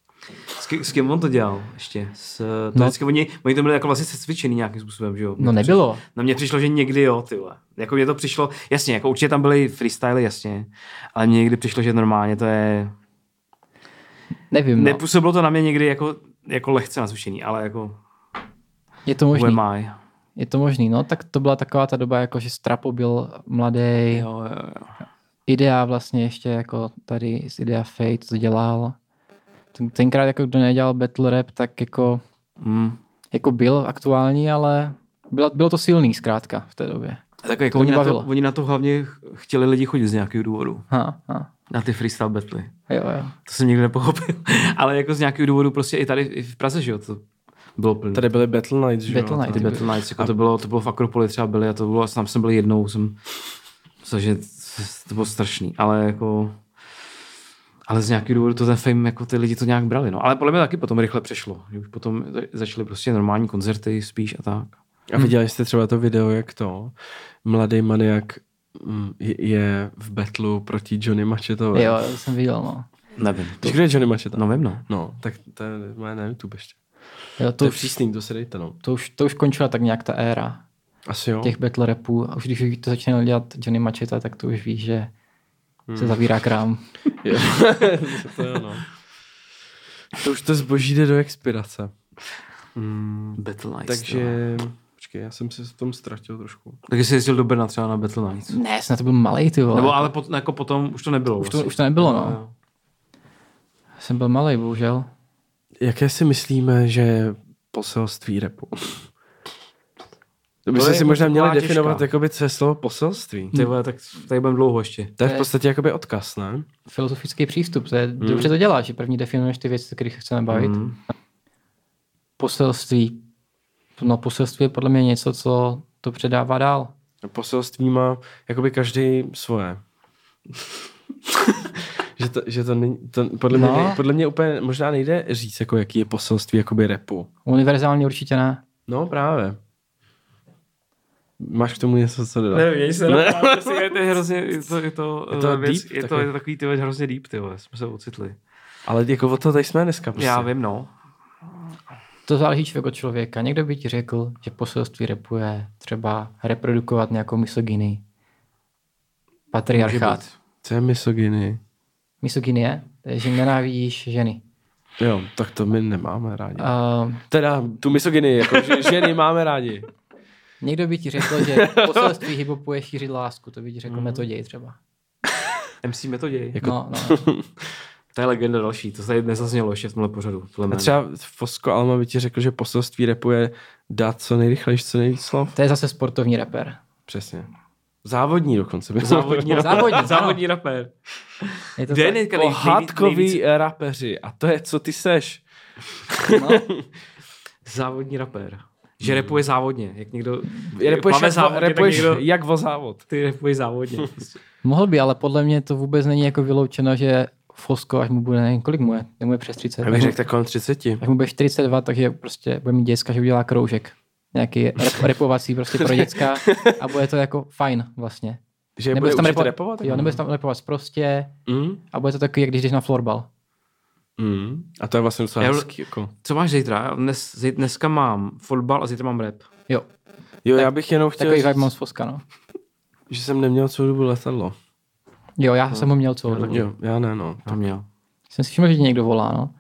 S kým on to dělal ještě? Vždycky oni to byli jako vlastně cvičený nějakým způsobem, že jo? No nebylo. Na mě přišlo, že někdy jo, tyhle. Jako mě to přišlo, jasně, jako určitě tam byly freestyly, jasně, ale mně někdy přišlo, že normálně to je... Nevím, nepůsobilo to na mě někdy jako lehce nazvušený, ale jako... Je to možný. Je to možný, no, tak to byla taková ta doba, jako že Strapo byl mladý. Jo. Idea vlastně ještě jako tady z Idea Fate to dělal. Tenkrát jako kdo nedělal battle rap, tak jako byl aktuální, ale bylo to silný zkrátka v té době. Tak jako oni na to hlavně chtěli lidi chodit z nějakého důvodu. Na ty freestyle battle. Jo. To jsem nikdy nepochopil. Ale jako z nějakého důvodu prostě i tady i v Praze, že jo, to bylo plný. Tady byly Battle Nights, že jo? Ty Battle Nights, jako to bylo v Akropoli třeba byly a to bylo, tam jsem byl jednou, takže to bylo strašný, ale z nějakého důvodu to ten fame, jako ty lidi to nějak brali, no. Ale podle mě taky potom rychle přešlo, že už potom začaly prostě normální koncerty spíš a tak. A viděli jste třeba to video, jak to Mladý maniak je v battlu proti Johnny Machetovi? Jo, to jsem viděl, no. Nevím. Kdo je Johnny Macheta? No vím, no. No, tak to je moje na YouTube ještě. Jo, to je přísný, to se dejte, no. To už končila tak nějak ta éra. Asi jo. Těch battle rapů. A už když to začne dělat Johnny Macheta, tak to už víš, že se zavírá krám. To jo, no. To už to zboží jde do expirace. Battle Nights. Takže... Počkej, já jsem se v tom ztratil trošku. Takže jsi jezdil do Brna třeba na Battle Nights. Ne, jsem na to byl malej, ty vole. Nebo ale jako potom už to nebylo. Už to nebylo, no. Jsem byl malej, bohužel. Jaké si myslíme, že je poselství rapu? To bychom si možná měli definovat jakoby, co je slovo poselství. Ty vole, tak tady budeme dlouho ještě. To je v podstatě jakoby odkaz, ne? Filozofický přístup, to je dobře to děláš, že první definuješ ty věci, o kterých se chceme bavit. Poselství. No poselství je podle mě něco, co to předává dál. Poselství má jakoby každý svoje. že to není, podle mě úplně možná nejde říct, jako jaký je poselství jakoby rapu. Univerzálně určitě ne. No právě. Máš k tomu něco, co dodat? Nevím, mě se napadá, je to hrozně, je to takový ty hrozně deep, ty vole, jsme se ocitli. Ale jako o to tady jsme dneska prostě. Já vím, no. To záleží člověk od člověka. Někdo by ti řekl, že poselství rapu je třeba reprodukovat nějakou misogynii. Patriarchát. Co je misogynie? Misogynie? Že nenávidíš ženy. Jo, tak to my nemáme rádi. Teda tu misogynii, jako že ženy máme rádi. Někdo by ti řekl, že poselství hip-hopu je šířit lásku. To by ti řekl Metoděj třeba. MC Metoděj. Jako... No. To je legenda další, to tady nezaznělo ještě v tomhle pořadu. A třeba Fosko Alma by ti řekl, že poselství rapu je dát co nejrychlejší, co nejvíc slov. To je zase sportovní rapper. Přesně. Závodní dokonce. Závodní rapper. Je to pohádkoví rapeři. A to je, co ty seš. No. Závodní rapper. Že rapuje závodně. Jak někdo... Rapuješ jak o závod. Ty rapuješ závodně. Mohl by, ale podle mě to vůbec není jako vyloučeno, že Fosko, až mu bude, nevím, kolik mu je, přes 30. Já bych řekl tak kolem 30. Až mu bude 42, takže prostě bude mít děcka, že udělá kroužek. Nějaký repovací prostě pro děcka a bude to jako fajn vlastně. Že bude učit repovat? Jo, nebude tam repovat prostě a bude to takový, jak když jdeš na florbal. A to je vlastně docela hezký. Jako. Co máš zítra? Dneska mám fotbal a zítra mám rap. Jo, já bych jenom chtěl takový vibe mám z Foska, no. Že jsem neměl celou dobu letadlo. Jo, já jsem ho měl celou dobu. Jo, já ne, no. To měl. Jsem si všiml, že někdo volá, no.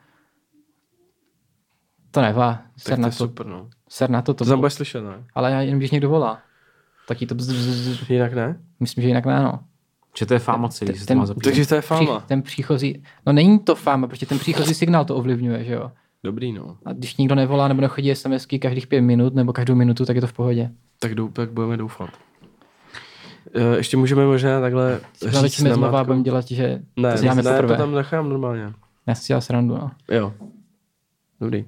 To nevá. Tak to je super, no. Ser na to. To tam budeš slyšet, ne? Ale jenom když někdo volá, tak ti to Jinak ne? Myslím, že jinak ne, no. Že to je fáma celý, se to má zapít. Takže to je fáma. Ten příchozí, no není to fáma, protože ten příchozí signál to ovlivňuje, že jo. Dobrý, no. A když nikdo nevolá nebo nechodí SMSky každých 5 minut nebo každou minutu, tak je to v pohodě. Tak budeme doufat. Ještě můžeme možná takhle říct znova budeme dělat, že ne, to tam nechám normálně. Já si dělal srandu, no. Jo. Dobrý.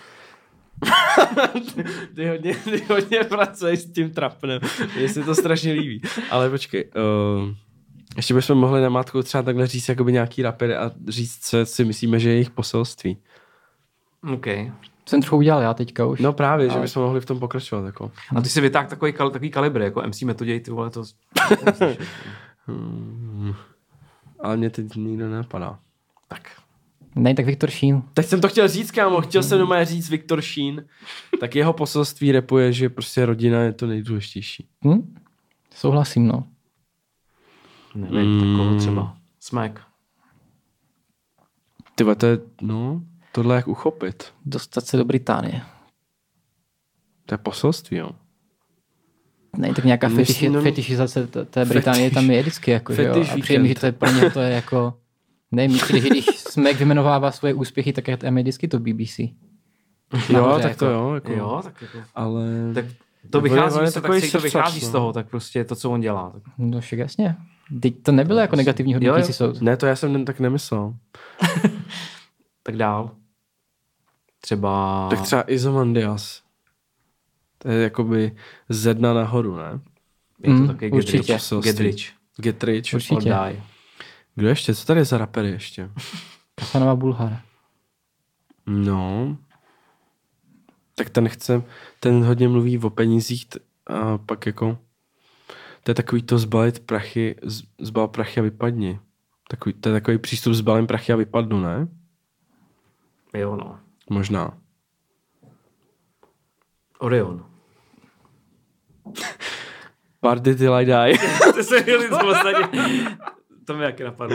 ty hodně pracuješ s tím trapnem. Mně se to strašně líbí. Ale počkej, ještě bychom mohli na mátku třeba takhle říct jakoby nějaký rapery a říct, co si myslíme, že je jejich poselství. OK. Jsem trochu udělal já teďka už. No právě, že bychom mohli v tom pokračovat. Jako. A ty si vytáhl takový kalibr, jako MC Metoděj, ty vole, to... Ale mě teď nikdo nenapadá. Tak. Ne, tak Viktor Šín. Teď jsem to chtěl říct, kámo. Chtěl jsem doma říct Viktor Šín. Tak jeho poselství rapuje, že prostě rodina je to nejdůležitější. Souhlasím, no. Nevím, takového třeba. Smack. Tyba, to je, no, tohle jak uchopit. Dostat se do Británie. To je poselství, jo. Ne, tak nějaká fetišizace té Británie tam je vždycky, jako, že jo. A přijde mi, že to je pro ně to je jako... Ne, myslím, že když Smack vyjmenovává svoje úspěchy, tak tam je vždycky to BBC. Jo, tak to jo. Jako, jo, tak jako... Ale... Tak to vychází, to vychází z toho, tak prostě to, co on dělá. Tak. No však jasně. Teď to nebylo jako negativní hodnotící soud. Ne, to já jsem tak nemyslel. Tak dál. Třeba... Tak třeba Izomandias. To je jakoby ze dna nahoru, ne? Je to taky Get rich. Určitě. Kdo ještě? Co tady je za rapery ještě? Kasanova Bulhara. No. Tak ten hodně mluví o penězích a pak jako to je takový to zbal prachy a vypadni. To je takový přístup zbalím prachy a vypadnu, ne? Jo, no. Možná. Orion. Party till I die. To se měli z posledně. To mi jaký napadlo.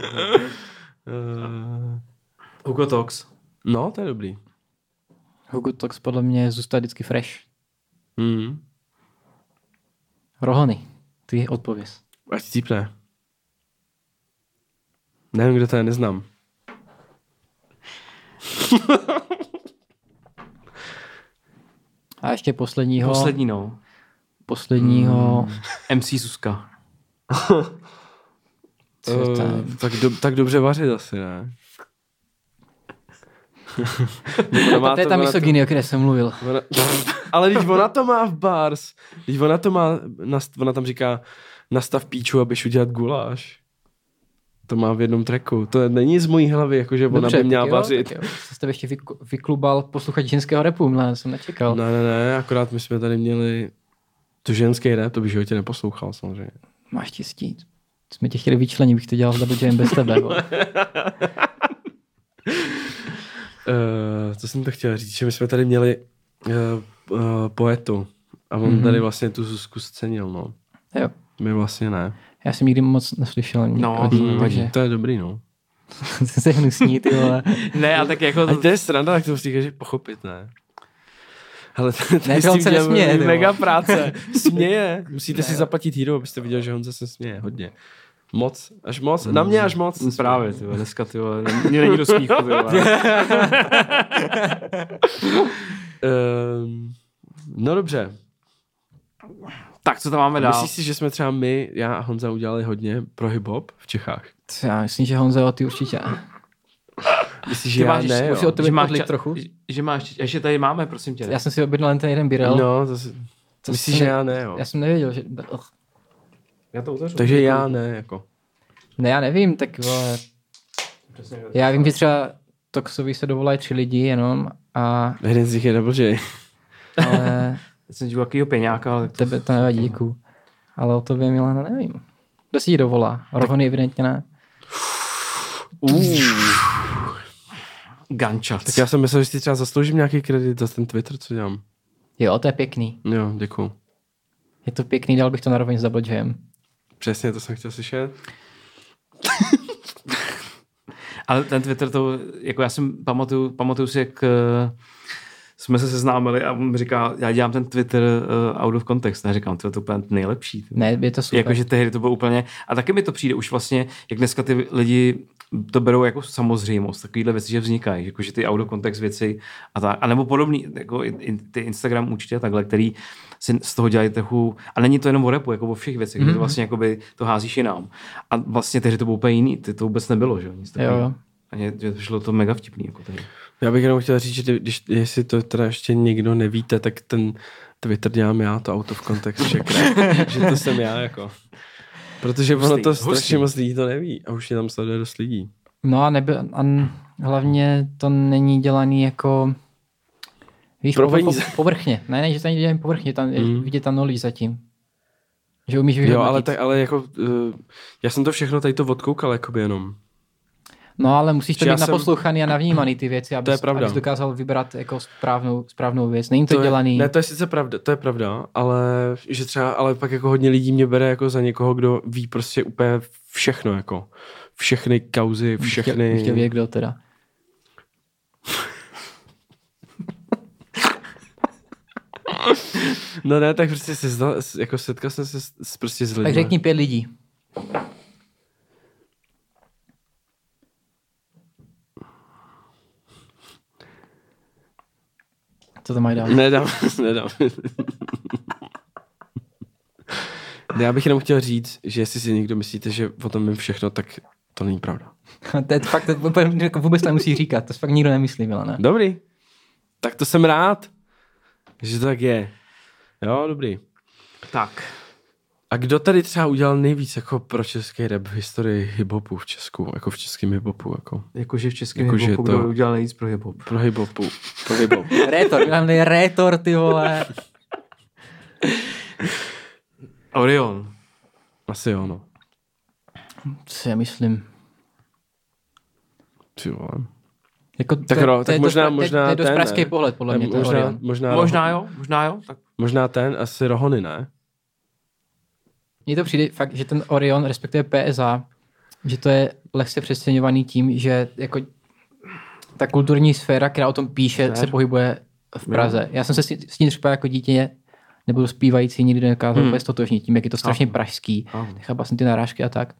Hugo Tox. No, to je dobrý. Hugo Tox podle mě zůstává vždycky fresh. Mm. Rohony. Ty odpověz. Ať cípne. Nevím, kdo to je, neznám. A ještě posledního. Posledního. MC Suska. Tak dobře vařit asi, ne? To je ta misogyny, o které jsem mluvil. Ale když ona to má v bars, když ona to má, ona tam říká nastav píču, abyš udělat guláš. To má v jednom tracku. To není z mojí hlavy, jakože ona by měla vařit. Jste ještě vyklubal posluchač ženského rapu, ne, jsem nečekal. Ne, akorát my jsme tady měli to ženský rap, to bych životě neposlouchal samozřejmě. Máš štěstí. Jsme tě chtěli vyčlenit, bych to dělal v Double Jam bez tebe. Co jsem to chtěl říct, že my jsme tady měli poetu a on tady vlastně tu Zuzku scenil, no. Jo. My vlastně ne. Já jsem nikdy moc neslyšel. Takže... To je dobrý, no. se hnusní, ty vole. Ne, a tak jako... A to je sranda, tak to říkáš, že pochopit, ne? Ale ne, on se nesměje. Mega práce. Směje. Musíte si zaplatit Hero, abyste viděl, že on se směje hodně. Moc, až moc, na mě až moc. Právě, ty vole, dneska, ty vole, mě není do smíchu, ty vole. No dobře. Tak, co tam máme dál? Myslíš si, že jsme třeba my, já a Honza udělali hodně pro hip-hop v Čechách? Já myslím, že Honza, ty určitě. Myslíš, že já ne, jo? Už si od tebe podlit trochu? Že máš, ještě tady máme, prosím tě. Já jsem si objednal jen ten jeden birel. No, to myslíš, že já ne, jo? Já jsem nevěděl, že... Já to otevřu. Takže já ne, jako. Ne, já nevím, tak vole... Já vím, že třeba Toxovi se dovolají 3 lidi jenom a... Jeden z nich je Double J. Ale... Já jsem říkal jakýho peňáka, ale... Tebe to nevadí, děkuju. Ale o tobě, Milana, nevím. Kdo si ji dovolá? Rohony evidentně ne. Gančat. Tak já jsem myslel, že si třeba zasloužím nějaký kredit za ten Twitter, co dělám. Jo, to je pěkný. Jo, děkuju. Je to pěkný, dal bych to na roveň s Double Jem. Přesně, to jsem chtěl slyšet. Ale ten Twitter to, jako já si pamatuju si, jak jsme se seznámili a on mi říká, já dělám ten Twitter out of context. A já říkám, to je úplně nejlepší. Ne, je to super. Jakože tehdy to bylo úplně, a taky mi to přijde už vlastně, jak dneska ty lidi to berou jako samozřejmost, takovýhle věci, že vznikají, jakože ty out of context věci a tak, a nebo podobný, jako ty Instagram určitě takhle, který si z toho dělají trochu, a není to jenom o rapu, jako o všech věcech, že to vlastně jakoby to házíš jinam. A vlastně tehdy to bylo úplně jiný, to vůbec nebylo, že? Nic takový. Jo. A mě šlo to mega vtipný. Jako tady. Já bych jenom chtěl říct, že jestli to teda ještě někdo nevíte, tak ten Twitter dělám já, to out of context check, že to jsem já, jako. Protože ono to strašně moc lidí to neví a už je tam sleduje dost lidí. No a hlavně to není dělaný jako víš, povrchně. Ne, že to není dělaný povrchně, tam vidět ta knowledge zatím. Že umíš vyhodnotit. Jo, ale jako já jsem to všechno tady to odkoukal jakoby jenom. No ale musíš to být naposlouchaný a navnímaný ty věci, abys dokázal vybrat jako správnou věc. Není to dělaný. Ne, to je sice pravda, to je pravda, ale že třeba, ale pak jako hodně lidí mě bere jako za někoho, kdo ví prostě úplně všechno, jako všechny kauzy, všechny... Chtěl vědět, kdo teda. No ne, tak prostě jako setkal jsem se prostě s lidmi. Tak řekni 5 lidí. Co to mají dát? Nedám. Já bych jenom chtěl říct, že jestli si někdo myslíte, že o tom vím všechno, tak to není pravda. To je fakt, to vůbec nemusí říkat, to fakt nikdo nemyslí, Milane. Dobrý. Tak to jsem rád, že to tak je. Jo, dobrý. Tak. A kdo tady třeba udělal nejvíc jako pro český rap v historii hip-hopu v Česku, jako v českém hip-hopu, jako? Jakože v českém hip-hopu, kdo udělal nejvíc pro hip-hop? Pro hip-hopu. Pro hip-hop. Rétor, ty vole. Orion. Asi jo, no. Co já myslím? Ty vole. Jako tak možná to je dost pražský pohled, podle mě. Možná jo. Tak. Možná ten, asi Rohony, ne? Mně to přijde fakt, že ten Orion, respektive PSA, že to je lehce přestěňovaný tím, že jako ta kulturní sféra, která o tom píše, se pohybuje v Praze. Já jsem se s tím třeba jako dítě nebo zpívající nikdy nedokázal úplně stotožnit tím, jak je to strašně pražský. Nechápal jsem ty narážky a tak.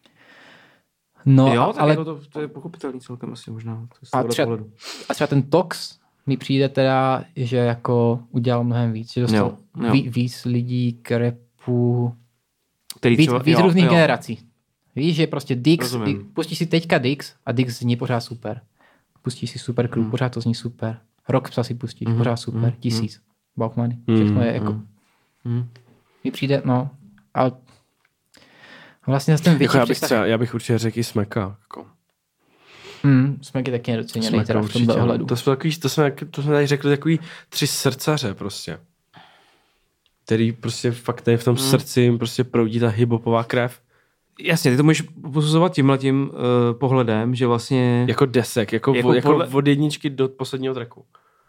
No, jo, tak ale jako to je pochopitelný celkem asi možná. A třeba ten Tox mi přijde teda, že jako udělal mnohem víc. Že dostal víc lidí k rapu, víc různých generací. Víš, že prostě Dix, pustíš si teďka Dix a Dix zní pořád super. Pustíš si Super Crew, pořád to zní super. Rockpsa si pustíš, pořád super. 1000. Bauchmany. Všechno je jako... Mi přijde, no, ale vlastně ten větší jako já bych určitě řekl i Smeka. Jako. Smek je taky nedoceněný teda v tomhle ohledu. To jsme tady řekli takový 3 srdcaře prostě. Který prostě fakt tady v tom srdci jim prostě proudí ta hip-hopová krev. Jasně, ty to můžeš posuzovat tímhletím pohledem, že vlastně... Jako desek, jako od jedničky do posledního tracku.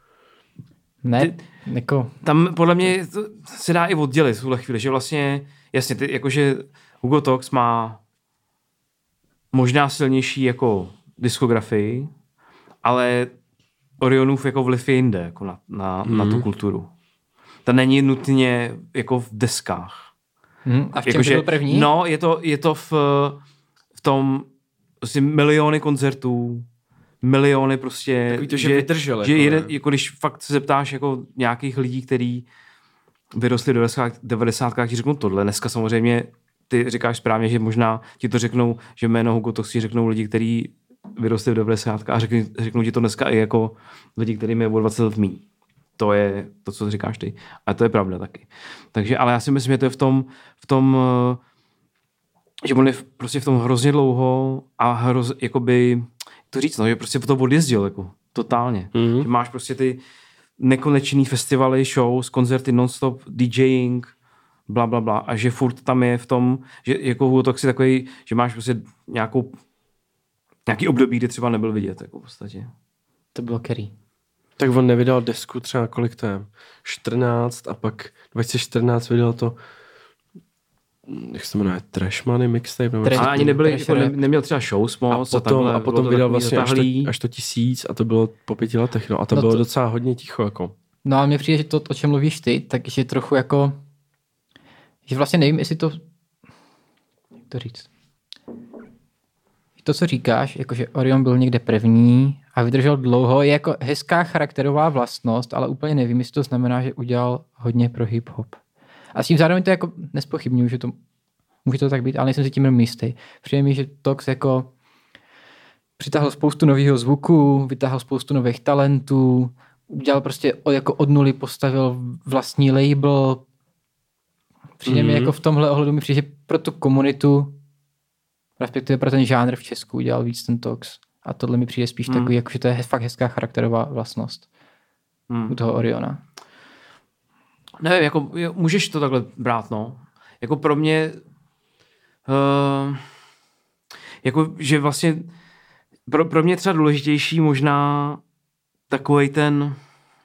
Ne, jako... Tam podle mě se dá i oddělit v tuhle chvíli, že vlastně, jasně, jakože Hugo Tox má možná silnější jako diskografii, ale Orionův jako vliv je jinde jako na tu kulturu. Ta není nutně jako v deskách. A v čem byl první? No, je to v tom prostě miliony koncertů, miliony prostě... Takový to, že vydržel. Že jako když fakt se zeptáš jako nějakých lidí, kteří vyrostli v 90. ti řeknou tohle. Dneska samozřejmě ty říkáš správně, že možná ti to řeknou, že jméno Hugo Tox si řeknou lidi, kteří vyrostli v 90. a řeknou ti to dneska i jako lidi, kterým je o 20 let míň. To je to, co říkáš ty. A to je pravda taky. Takže, ale já si myslím, že to je v tom že on je prostě v tom hrozně dlouho a jakoby, to říct, no, že prostě to odjezdil, jako, totálně. Že máš prostě ty nekonečný festivaly, shows, koncerty, non-stop, DJing, bla, bla, bla, a že furt tam je v tom, že jako Hugotox je takový, že máš prostě nějaký období, kdy třeba nebyl vidět, jako v podstatě. To bylo který? Tak on nevydal desku třeba kolik to je? 14 a pak 2014 vydal to, jak se jmenuje, Trash Money mixtape? Ale ani nebyli, jako neměl třeba shows moc. A potom vydal vlastně až to 1000 a to bylo po 5 letech, no. A to bylo docela hodně ticho, jako. No a mně přijde, že to, o čem mluvíš ty, takže trochu jako, že vlastně nevím, jestli to, jak to říct, to, co říkáš, jakože Orion byl někde první a vydržel dlouho, je jako hezká charakterová vlastnost, ale úplně nevím, jestli to znamená, že udělal hodně pro hip-hop. A s tím zároveň to jako nespochybňuji, že to může to tak být, ale nejsem si tím jistý. Přijde mi, že Tox jako přitáhl spoustu nového zvuku, vytáhl spoustu nových talentů, udělal prostě jako od nuly, postavil vlastní label. Přijde mi jako v tomhle ohledu, mi přijde, že pro tu komunitu, respektive pro ten žánr v Česku udělal víc ten Tox. A tohle mi přijde spíš takový, jakože to je fakt hezká charakterová vlastnost u toho Oriona. Nevím, jako můžeš to takhle brát, no. Jako pro mě jako, že vlastně pro mě třeba důležitější možná takovej ten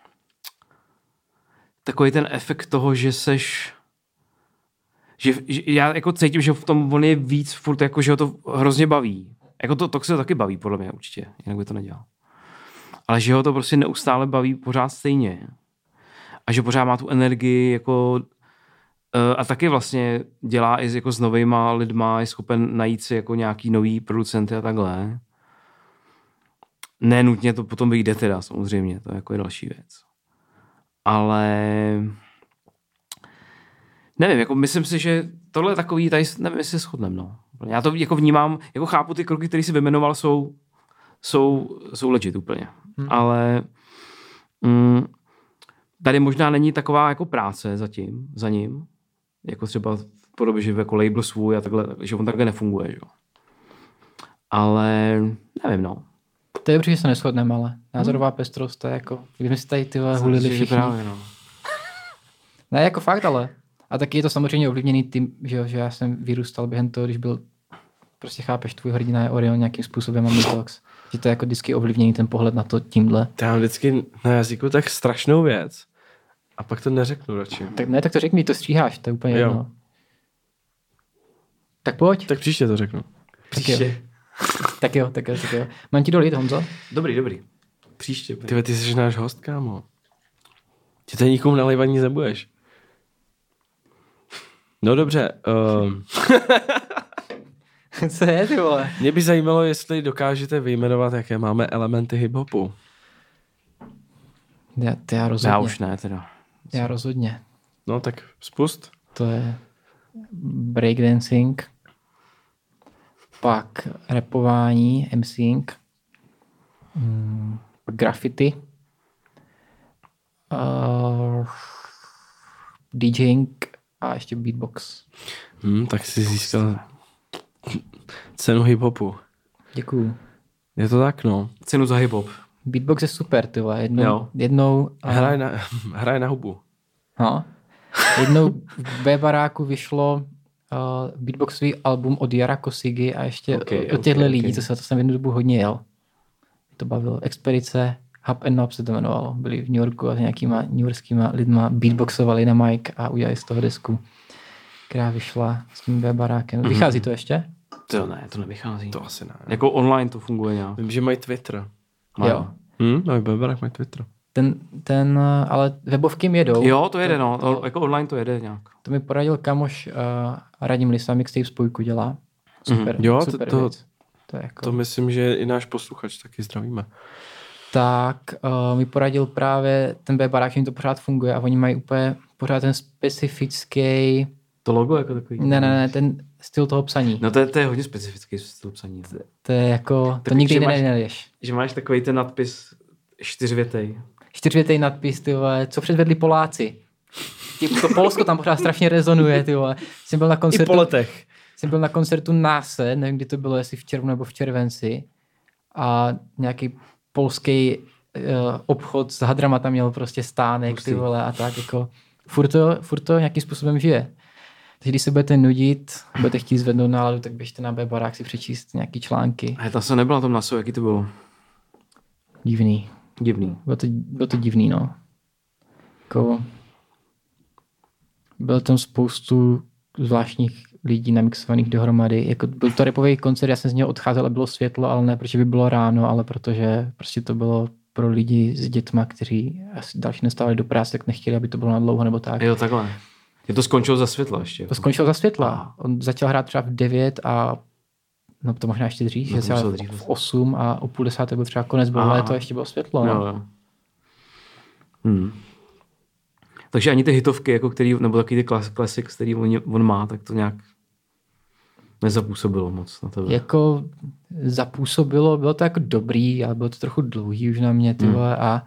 efekt toho, že seš že já jako cítím, že v tom on je víc furt jako, že ho to hrozně baví. Jako to se taky baví, podle mě určitě, jinak by to nedělal. Ale že ho to prostě neustále baví pořád stejně. A že pořád má tu energii jako a taky vlastně dělá i jako s novejma lidma, je schopen najít si jako nějaký nový producenty a takhle. Ne nutně to potom vyjde teda, samozřejmě, to je jako další věc. Ale nevím, jako myslím si, že tohle je takový, tady nevím, jestli se shodneme, no. Já to jako vnímám, jako chápu ty kroky, které si vyjmenoval, jsou legit úplně. Ale tady možná není taková jako práce za ním, jako třeba v podobě, že jako label svůj a takhle, že on takhle nefunguje, že? Ale nevím, no. To je dobře, že se neshodneme, ale názorová pestrost, to je jako, kdybychom si tady tyhle hulili všichni. Právě, no. Ne, jako fakt, ale. A taky je to samozřejmě ovlivněný tím, že já jsem vyrůstal během toho, když byl, prostě chápeš, tvůj hrdina je Orion nějakým způsobem a Mitox. Že to je jako vždycky ovlivněný ten pohled na to tímhle. Já mám vždycky na jazyku tak strašnou věc. A pak to neřeknu radši. Tak ne, tak to řekni, to stříháš, to je úplně jedno. Tak pojď. Tak příště to řeknu. Příště. Tak jo. Mám ti dolit, Honzo? Dobrý. Příště. Ty jsi náš host, kámo. Ty tady nikomu nalejvat nic nebudeš. No dobře. Co je, ty vole? Mě by zajímalo, jestli dokážete vyjmenovat, jaké máme elementy hip-hopu. Já rozhodně. Já už ne, teda. Já rozhodně. No tak spust. To je breakdancing, pak rapování, MCing, graffiti, DJing a ještě beatbox. Tak jsi získal cenu hip-hopu. Děkuju. Je to tak, no. Cenu za hip-hop. Beatbox je super, ty vole. Jednou Hraj na hubu. No. Jednou v B-baráku vyšlo beatboxový album od Jara Kosigy a ještě od těchto lidí, to jsem jednu dobu hodně jel. To bavilo. Expedice Hub and Knob se to jmenovalo. Byli v New Yorku a s nějakýma newyorskýma lidma beatboxovali na mic a udělali z toho desku, která vyšla s tím B-barákem. Vychází to ještě? To nevychází. To asi ne. Jako online to funguje nějak. Vím, že mají Twitter. Jo. No, B-barák mají Twitter. Ten, ale webovky jedou. Jo, to jede, no. Jako online to jede nějak. To mi poradil kamoš Radim Lisa, mixtape spojku dělá. Super. Jo, super to je jako... To myslím, že i náš posluchač taky zdravíme. Tak mi poradil právě ten B-barák, že jim to pořád funguje a oni mají úplně pořád ten specifický... To logo jako takový? Ne, ten styl toho psaní. No to je hodně specifický styl psaní. To je jako, to nikdy nenajdeš. Že máš takový ten nadpis 4větej. 4větej nadpis, ty vole, co předvedli Poláci. To Polsko tam pořád strašně rezonuje, ty vole. Jsem byl na koncertu. I po letech. jsem byl na koncertu NASA, nevím, kdy to bylo, jestli v červnu nebo v červenci, a nějaký polský obchod s hadrama tam měl prostě stánek, ty vole, a tak jako furt to nějakým způsobem žije. Takže když se budete nudit, budete chtít zvednout náladu, tak běžte na Barák si přečíst nějaký články. A ta se nebyla na tom nasu, jaký to bylo? Divný. Bylo to divný, no. Jako, bylo tam spoustu zvláštních lidí namixovaných dohromady. Jako, byl to rapový koncert, já jsem z něho odcházel a bylo světlo, ale ne protože by bylo ráno, ale protože prostě to bylo pro lidi s dětma, kteří asi další nestávali do práce, tak nechtěli, aby to bylo na dlouho nebo tak. Jo, takhle. Je to skončilo za světla ještě. To skončilo za světla. On začal hrát třeba v 9 a no to možná ještě dřív, že v 8 a o 9:30 byl třeba konec, bylo léto a ještě bylo světlo. Jo. Takže ani ty hitovky, jako který, nebo taky ty classics, který on má, tak to nějak nezapůsobilo moc na tebe. Jako zapůsobilo, bylo to jako dobrý, ale bylo to trochu dlouhý už na mě, ty vole, a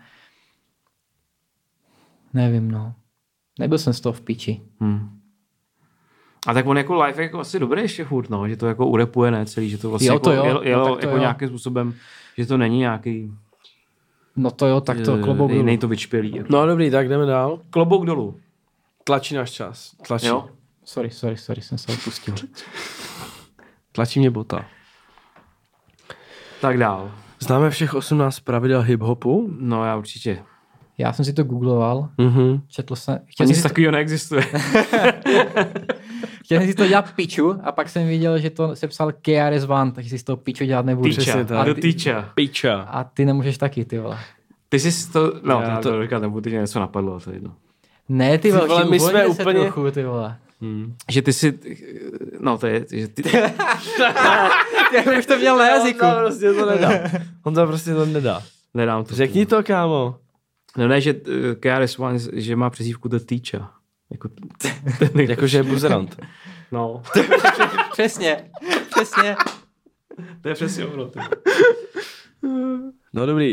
nevím, no. Nebyl jsem z toho v piči. A tak on jako live je jako asi dobrý ještě furt, no, že to jako urepuje, ne celý, že to vlastně jelo jako nějakým způsobem, že to není nějaký... No to jo, tak to klobouk dolů. Nej to vyčpělý. Jako. No dobrý, tak jdeme dál. Klobouk dolů. Tlačí náš čas. Tlačí. Jo? Sorry, jsem se opustil. Tlačí mě bota. Tak dál. Známe všech 18 pravidel hip-hopu? No já určitě. Já jsem si to googloval, četl jsem... Nic takového neexistuje. Chtěl jsem si to dělat piču a pak jsem viděl, že to se psal KRS-One, takže si z toho piču dělat nebudu. Týča. A ty nemůžeš taky, ty vole. Ty jsi to... No, to říkat nebudu, teď něco napadlo, to je jedno. Ne, ty vole, my jsme úplně... Trochu, ty vole. Že ty si... No, to je... Že ty... Já už to měl na jazyku. On to prostě to nedá. Nedám to. Řekni to, kámo. No ne, že KRS-One, že má přezdívku The Teacher. Jako, že je buzerant. No. Přesně. To je přesně ono. No dobrý.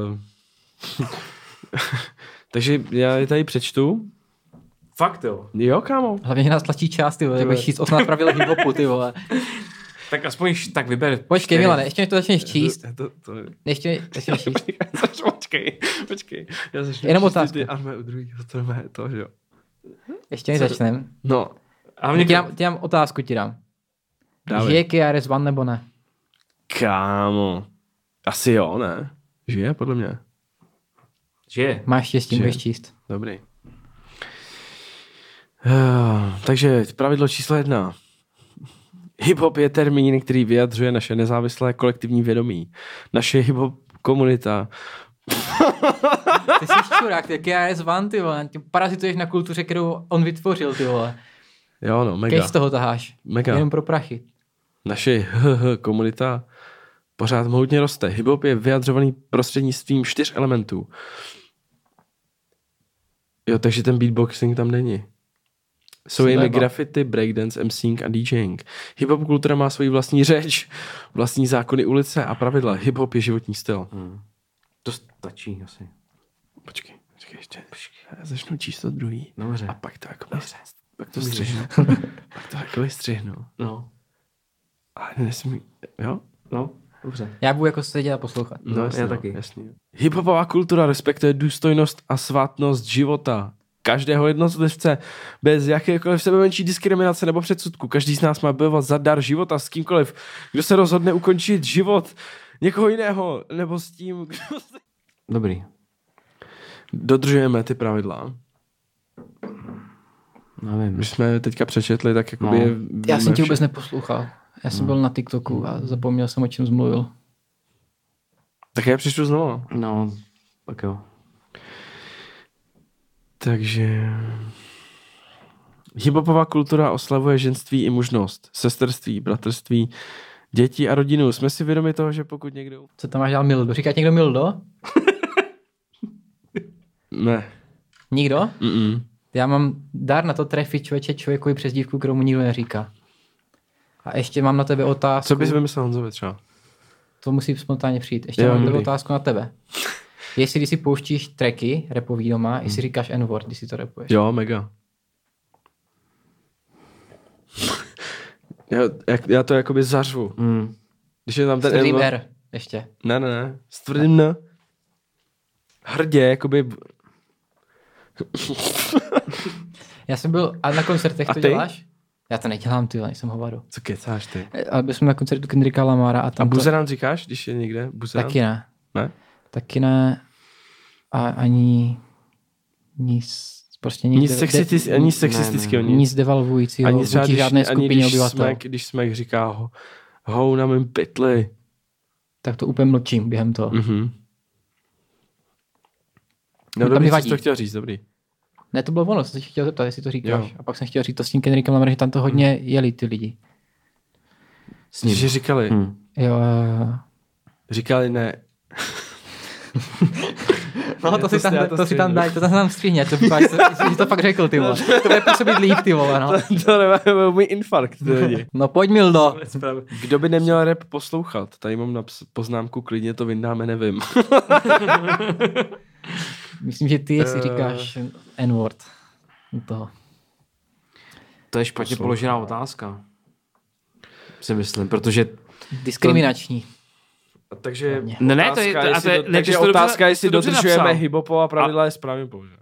Takže já je tady přečtu. Fakt jo. Jo, kámo. Hlavně nás tlačí část, ty vole. Jako číst 18 pravidel hip-hopu, ty vole. Tak aspoň tak vyber. Počkej, Milane, ještě než to začneš číst. Ještě začneš číst. Počkej. Já začnu jenom otázku. A jsme u druhého, to je to, že jo. Ještě než začnem. No. Ti dám otázku, dám. Dávej. Žije KRS-One nebo ne? Kámo. Asi jo, ne? Žije, podle mě. Žije. Máš štěstí, můžeš číst. Dobrý. Takže pravidlo číslo 1. Hip-hop je termín, který vyjadřuje naše nezávislé kolektivní vědomí. Naše hip-hop komunita. Ty jsi čurák, ty KRS-One, ty vole. Ty parazituješ na kultuře, kterou on vytvořil, ty vole. Jo, no, mega. Kej z toho taháš. Mega. Jenom pro prachy. Naše komunita pořád mohutně roste. Hip-hop je vyjadřovaný prostřednictvím 4 elementů. Jo, takže ten beatboxing tam není. Jsou jimi graffiti, breakdance, MCing a DJing. Hip-hop kultura má svoji vlastní řeč, vlastní zákony ulice a pravidla. Hip-hop je životní styl. To stačí asi. Počkej ještě. Já začnu číst to druhý. Dobře. A pak to jako pak to střihnu. Pak to jako střihnu. No. A nesmí, jo? No, dobře. Já budu jako sedět a poslouchat. No, já taky. Jasný. Hip-hopová kultura respektuje důstojnost a svátnost života každého jednotlivce bez jakékoliv sebemenší diskriminace nebo předsudku. Každý z nás má bojovat za dar života s kýmkoliv, kdo se rozhodne ukončit život někoho jiného, nebo s tím, kdo se... Dobrý. Dodržujeme ty pravidla. Nevím. Když jsme teďka přečetli, tak jakoby... No. Já jsem tě vůbec neposlouchal. Já jsem byl na TikToku a zapomněl jsem, o čem zmluvil. Tak já přečtu znovu. No, tak jo. Takže... Hip-hopová kultura oslavuje ženství i mužnost, sesterství, bratrství, děti a rodinu. Jsme si vědomi toho, že pokud někdo... Co tam máš dál Mildo? Říká někdo Mildo? Ne. Nikdo? Mm-mm. Já mám dar na to trefit člověkovi přezdívku, kterou mu nikdo neříká. A ještě mám na tebe otázku. Co bys vymyslel Honzovi třeba? To musí spontánně přijít. Ještě mám na tebe otázku na tebe. Jestli když si pouštíš tracky rapový doma, jestli říkáš N-word, když si to rapuješ. Jo, mega. Já to jakoby zařvu. Když je tam ten Tvrdým R ještě. Ne. S tvrdým N. Hrdě, jakoby... Já jsem byl, a na koncertech to děláš? Já to nedělám, ty, nejsem hovado. Co kecáš ty? Ale byl jsem na koncertu Kendricka Lamara a tam... A buzerán říkáš, když je někde? Buzerán? Taky ne. Ne? Taky ne. A ani nic, prostě nic... Ani sexistického. Nic devalvujícího Ani třeba, vůči žádné skupině obyvatel. Když Smek říká hou na mém pytli. Tak to úplně mlčím během toho. No dobrý, co jsi to chtěl říct, dobrý. Ne, to bylo ono, co jsi chtěl zeptat, jestli to říkáš. Jo. A pak jsem chtěl říct to s tím Kendrickem Lamarem, že tam to hodně jeli ty lidi. S ním. Že říkali. Jo. Říkali ne. No to si tam daj, to tam stříhně, to jsi to fakt řekl, ty vole. To bude působit líp, ty vole, no. To byl můj infarkt, ty lidi. No pojď, Mildo. Kdo by neměl rap poslouchat? Tady mám poznámku, klidně to vyndáme, nevím. Myslím, že ty, jestli říkáš N-word. Toho. To je špatně položená otázka. Si myslím, protože... Diskriminační. Takže otázka, jestli dodržujeme hip-hopova pravidla, je správně použít.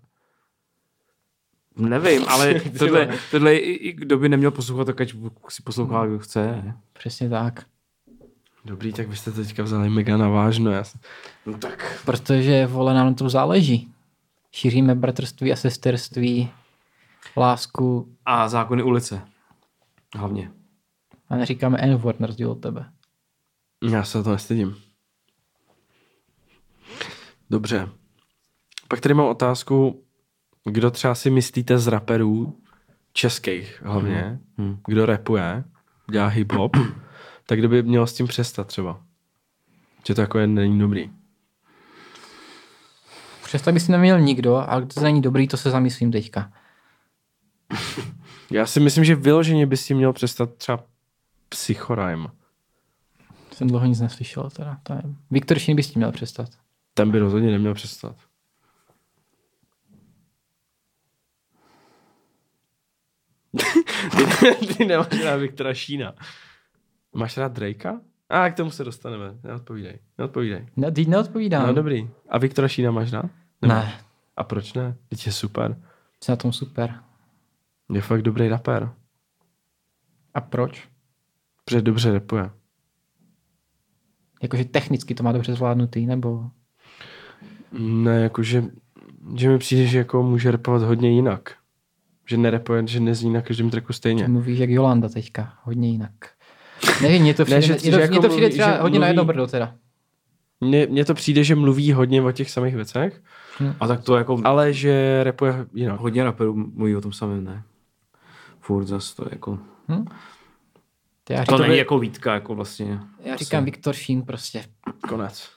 Nevím, ale tohle i kdo by neměl poslouchat, tak ať si poslouchá, kdo chce. Přesně tak. Dobrý, tak byste to teďka vzali mega na vážno. No tak. Protože, vole, nám na tom záleží. Šíříme bratrství a sesterství, lásku. A zákony ulice. Hlavně. A neříkáme N-word na rozdíl od tebe. Já se to nestydím. Dobře. Pak tady mám otázku, kdo třeba si myslíte z raperů českých hlavně, kdo rapuje, dělá hip-hop, tak kdo by měl s tím přestat třeba? Že to jako není dobrý. Přestat by si neměl nikdo, ale když to není dobrý, to se zamyslím teďka. Já si myslím, že vyloženě by si měl přestat třeba Psychorime. Jsem dlouho nic neslyšel teda. Viktor Šín by s tím měl přestat. Ten by rozhodně neměl přestat. Ty nemáš rád Viktora Šína. Máš rád Drakea? K tomu se dostaneme. Neodpovídej. Neodpovídám. No dobrý. A Viktora Šína máš rád? Ne. A proč ne? Teď je super. Jsi na tom super. Je fakt dobrý rapper. A proč? Protože dobře rapuje. Jakože technicky to má dobře zvládnutý, nebo? Ne, jakože že mi přijde, že jako může rapovat hodně jinak. Že nerapuje, že nezní na každém tracku stejně. Ty mluvíš jak Jolanda teďka, hodně jinak. Nevím, mně to přijde třeba hodně na jedno brdo teda. Mně to přijde, že mluví hodně o těch samých věcech. A tak to jako... Ale že rapuje jinak. Hodně raperů mluví o tom samém, ne? Furt zase to jako... To není jako výtka, jako vlastně. Já říkám Viktor Šín prostě. Konec.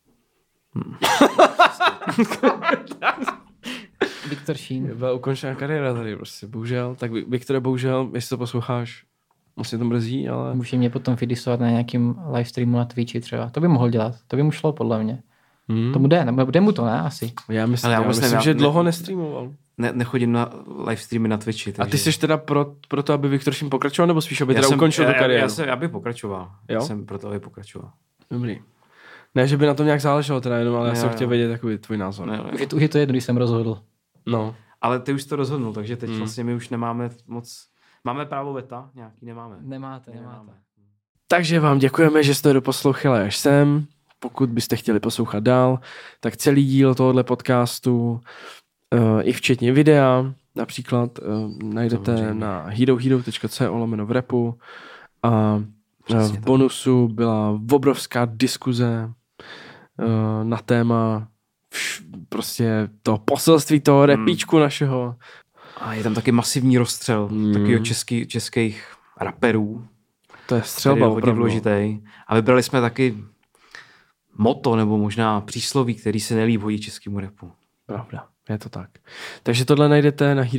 Viktor Šín. Byla ukončená kariéra tady prostě, bohužel. Tak Viktore, bohužel, jestli to posloucháš, musím to mrzí, ale... Může mě potom vydisovat na nějakým livestreamu na Twitchi třeba. To by mohl dělat. To by mu šlo podle mě. Tomu jde mu to, ne? Asi. Já myslím, že dlouho nestreamoval. Nechodím na livestreamy na Twitchi. Takže... A ty jsi teda pro to, aby Viktor Šín pokračoval, nebo spíš, aby teda ukončil tu kariéru? Já bych pokračoval. Já jsem pro to, aby pokračoval. Dobrý. Ne, že by na tom nějak záleželo teda jenom, ale já jsem chtěl vědět takový tvůj názor. Už je to jedno, když jsem rozhodl. No. Ale ty už to rozhodnul, takže teď vlastně my už nemáme moc... Máme právo veta? Nějaký nemáme. Nemáte. Takže vám děkujeme, že jste doposlouchali až sem. Pokud byste chtěli poslouchat dál, tak celý díl tohohle podcastu, i včetně videa, například najdete na herohero.co/v a v bonusu byla obrovská diskuze na téma prostě toho poselství toho repíčku našeho. A je tam taky masivní rozstřel takového českých raperů. To je střelba hodně důležitý. A vybrali jsme taky motto nebo možná přísloví, který se nelíbí hodí českému rapu. Pravda, je to tak. Takže tohle najdete na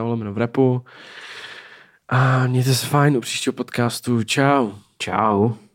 herohero.co/v a mějte se fajn u příštího podcastu. Čau. Čau.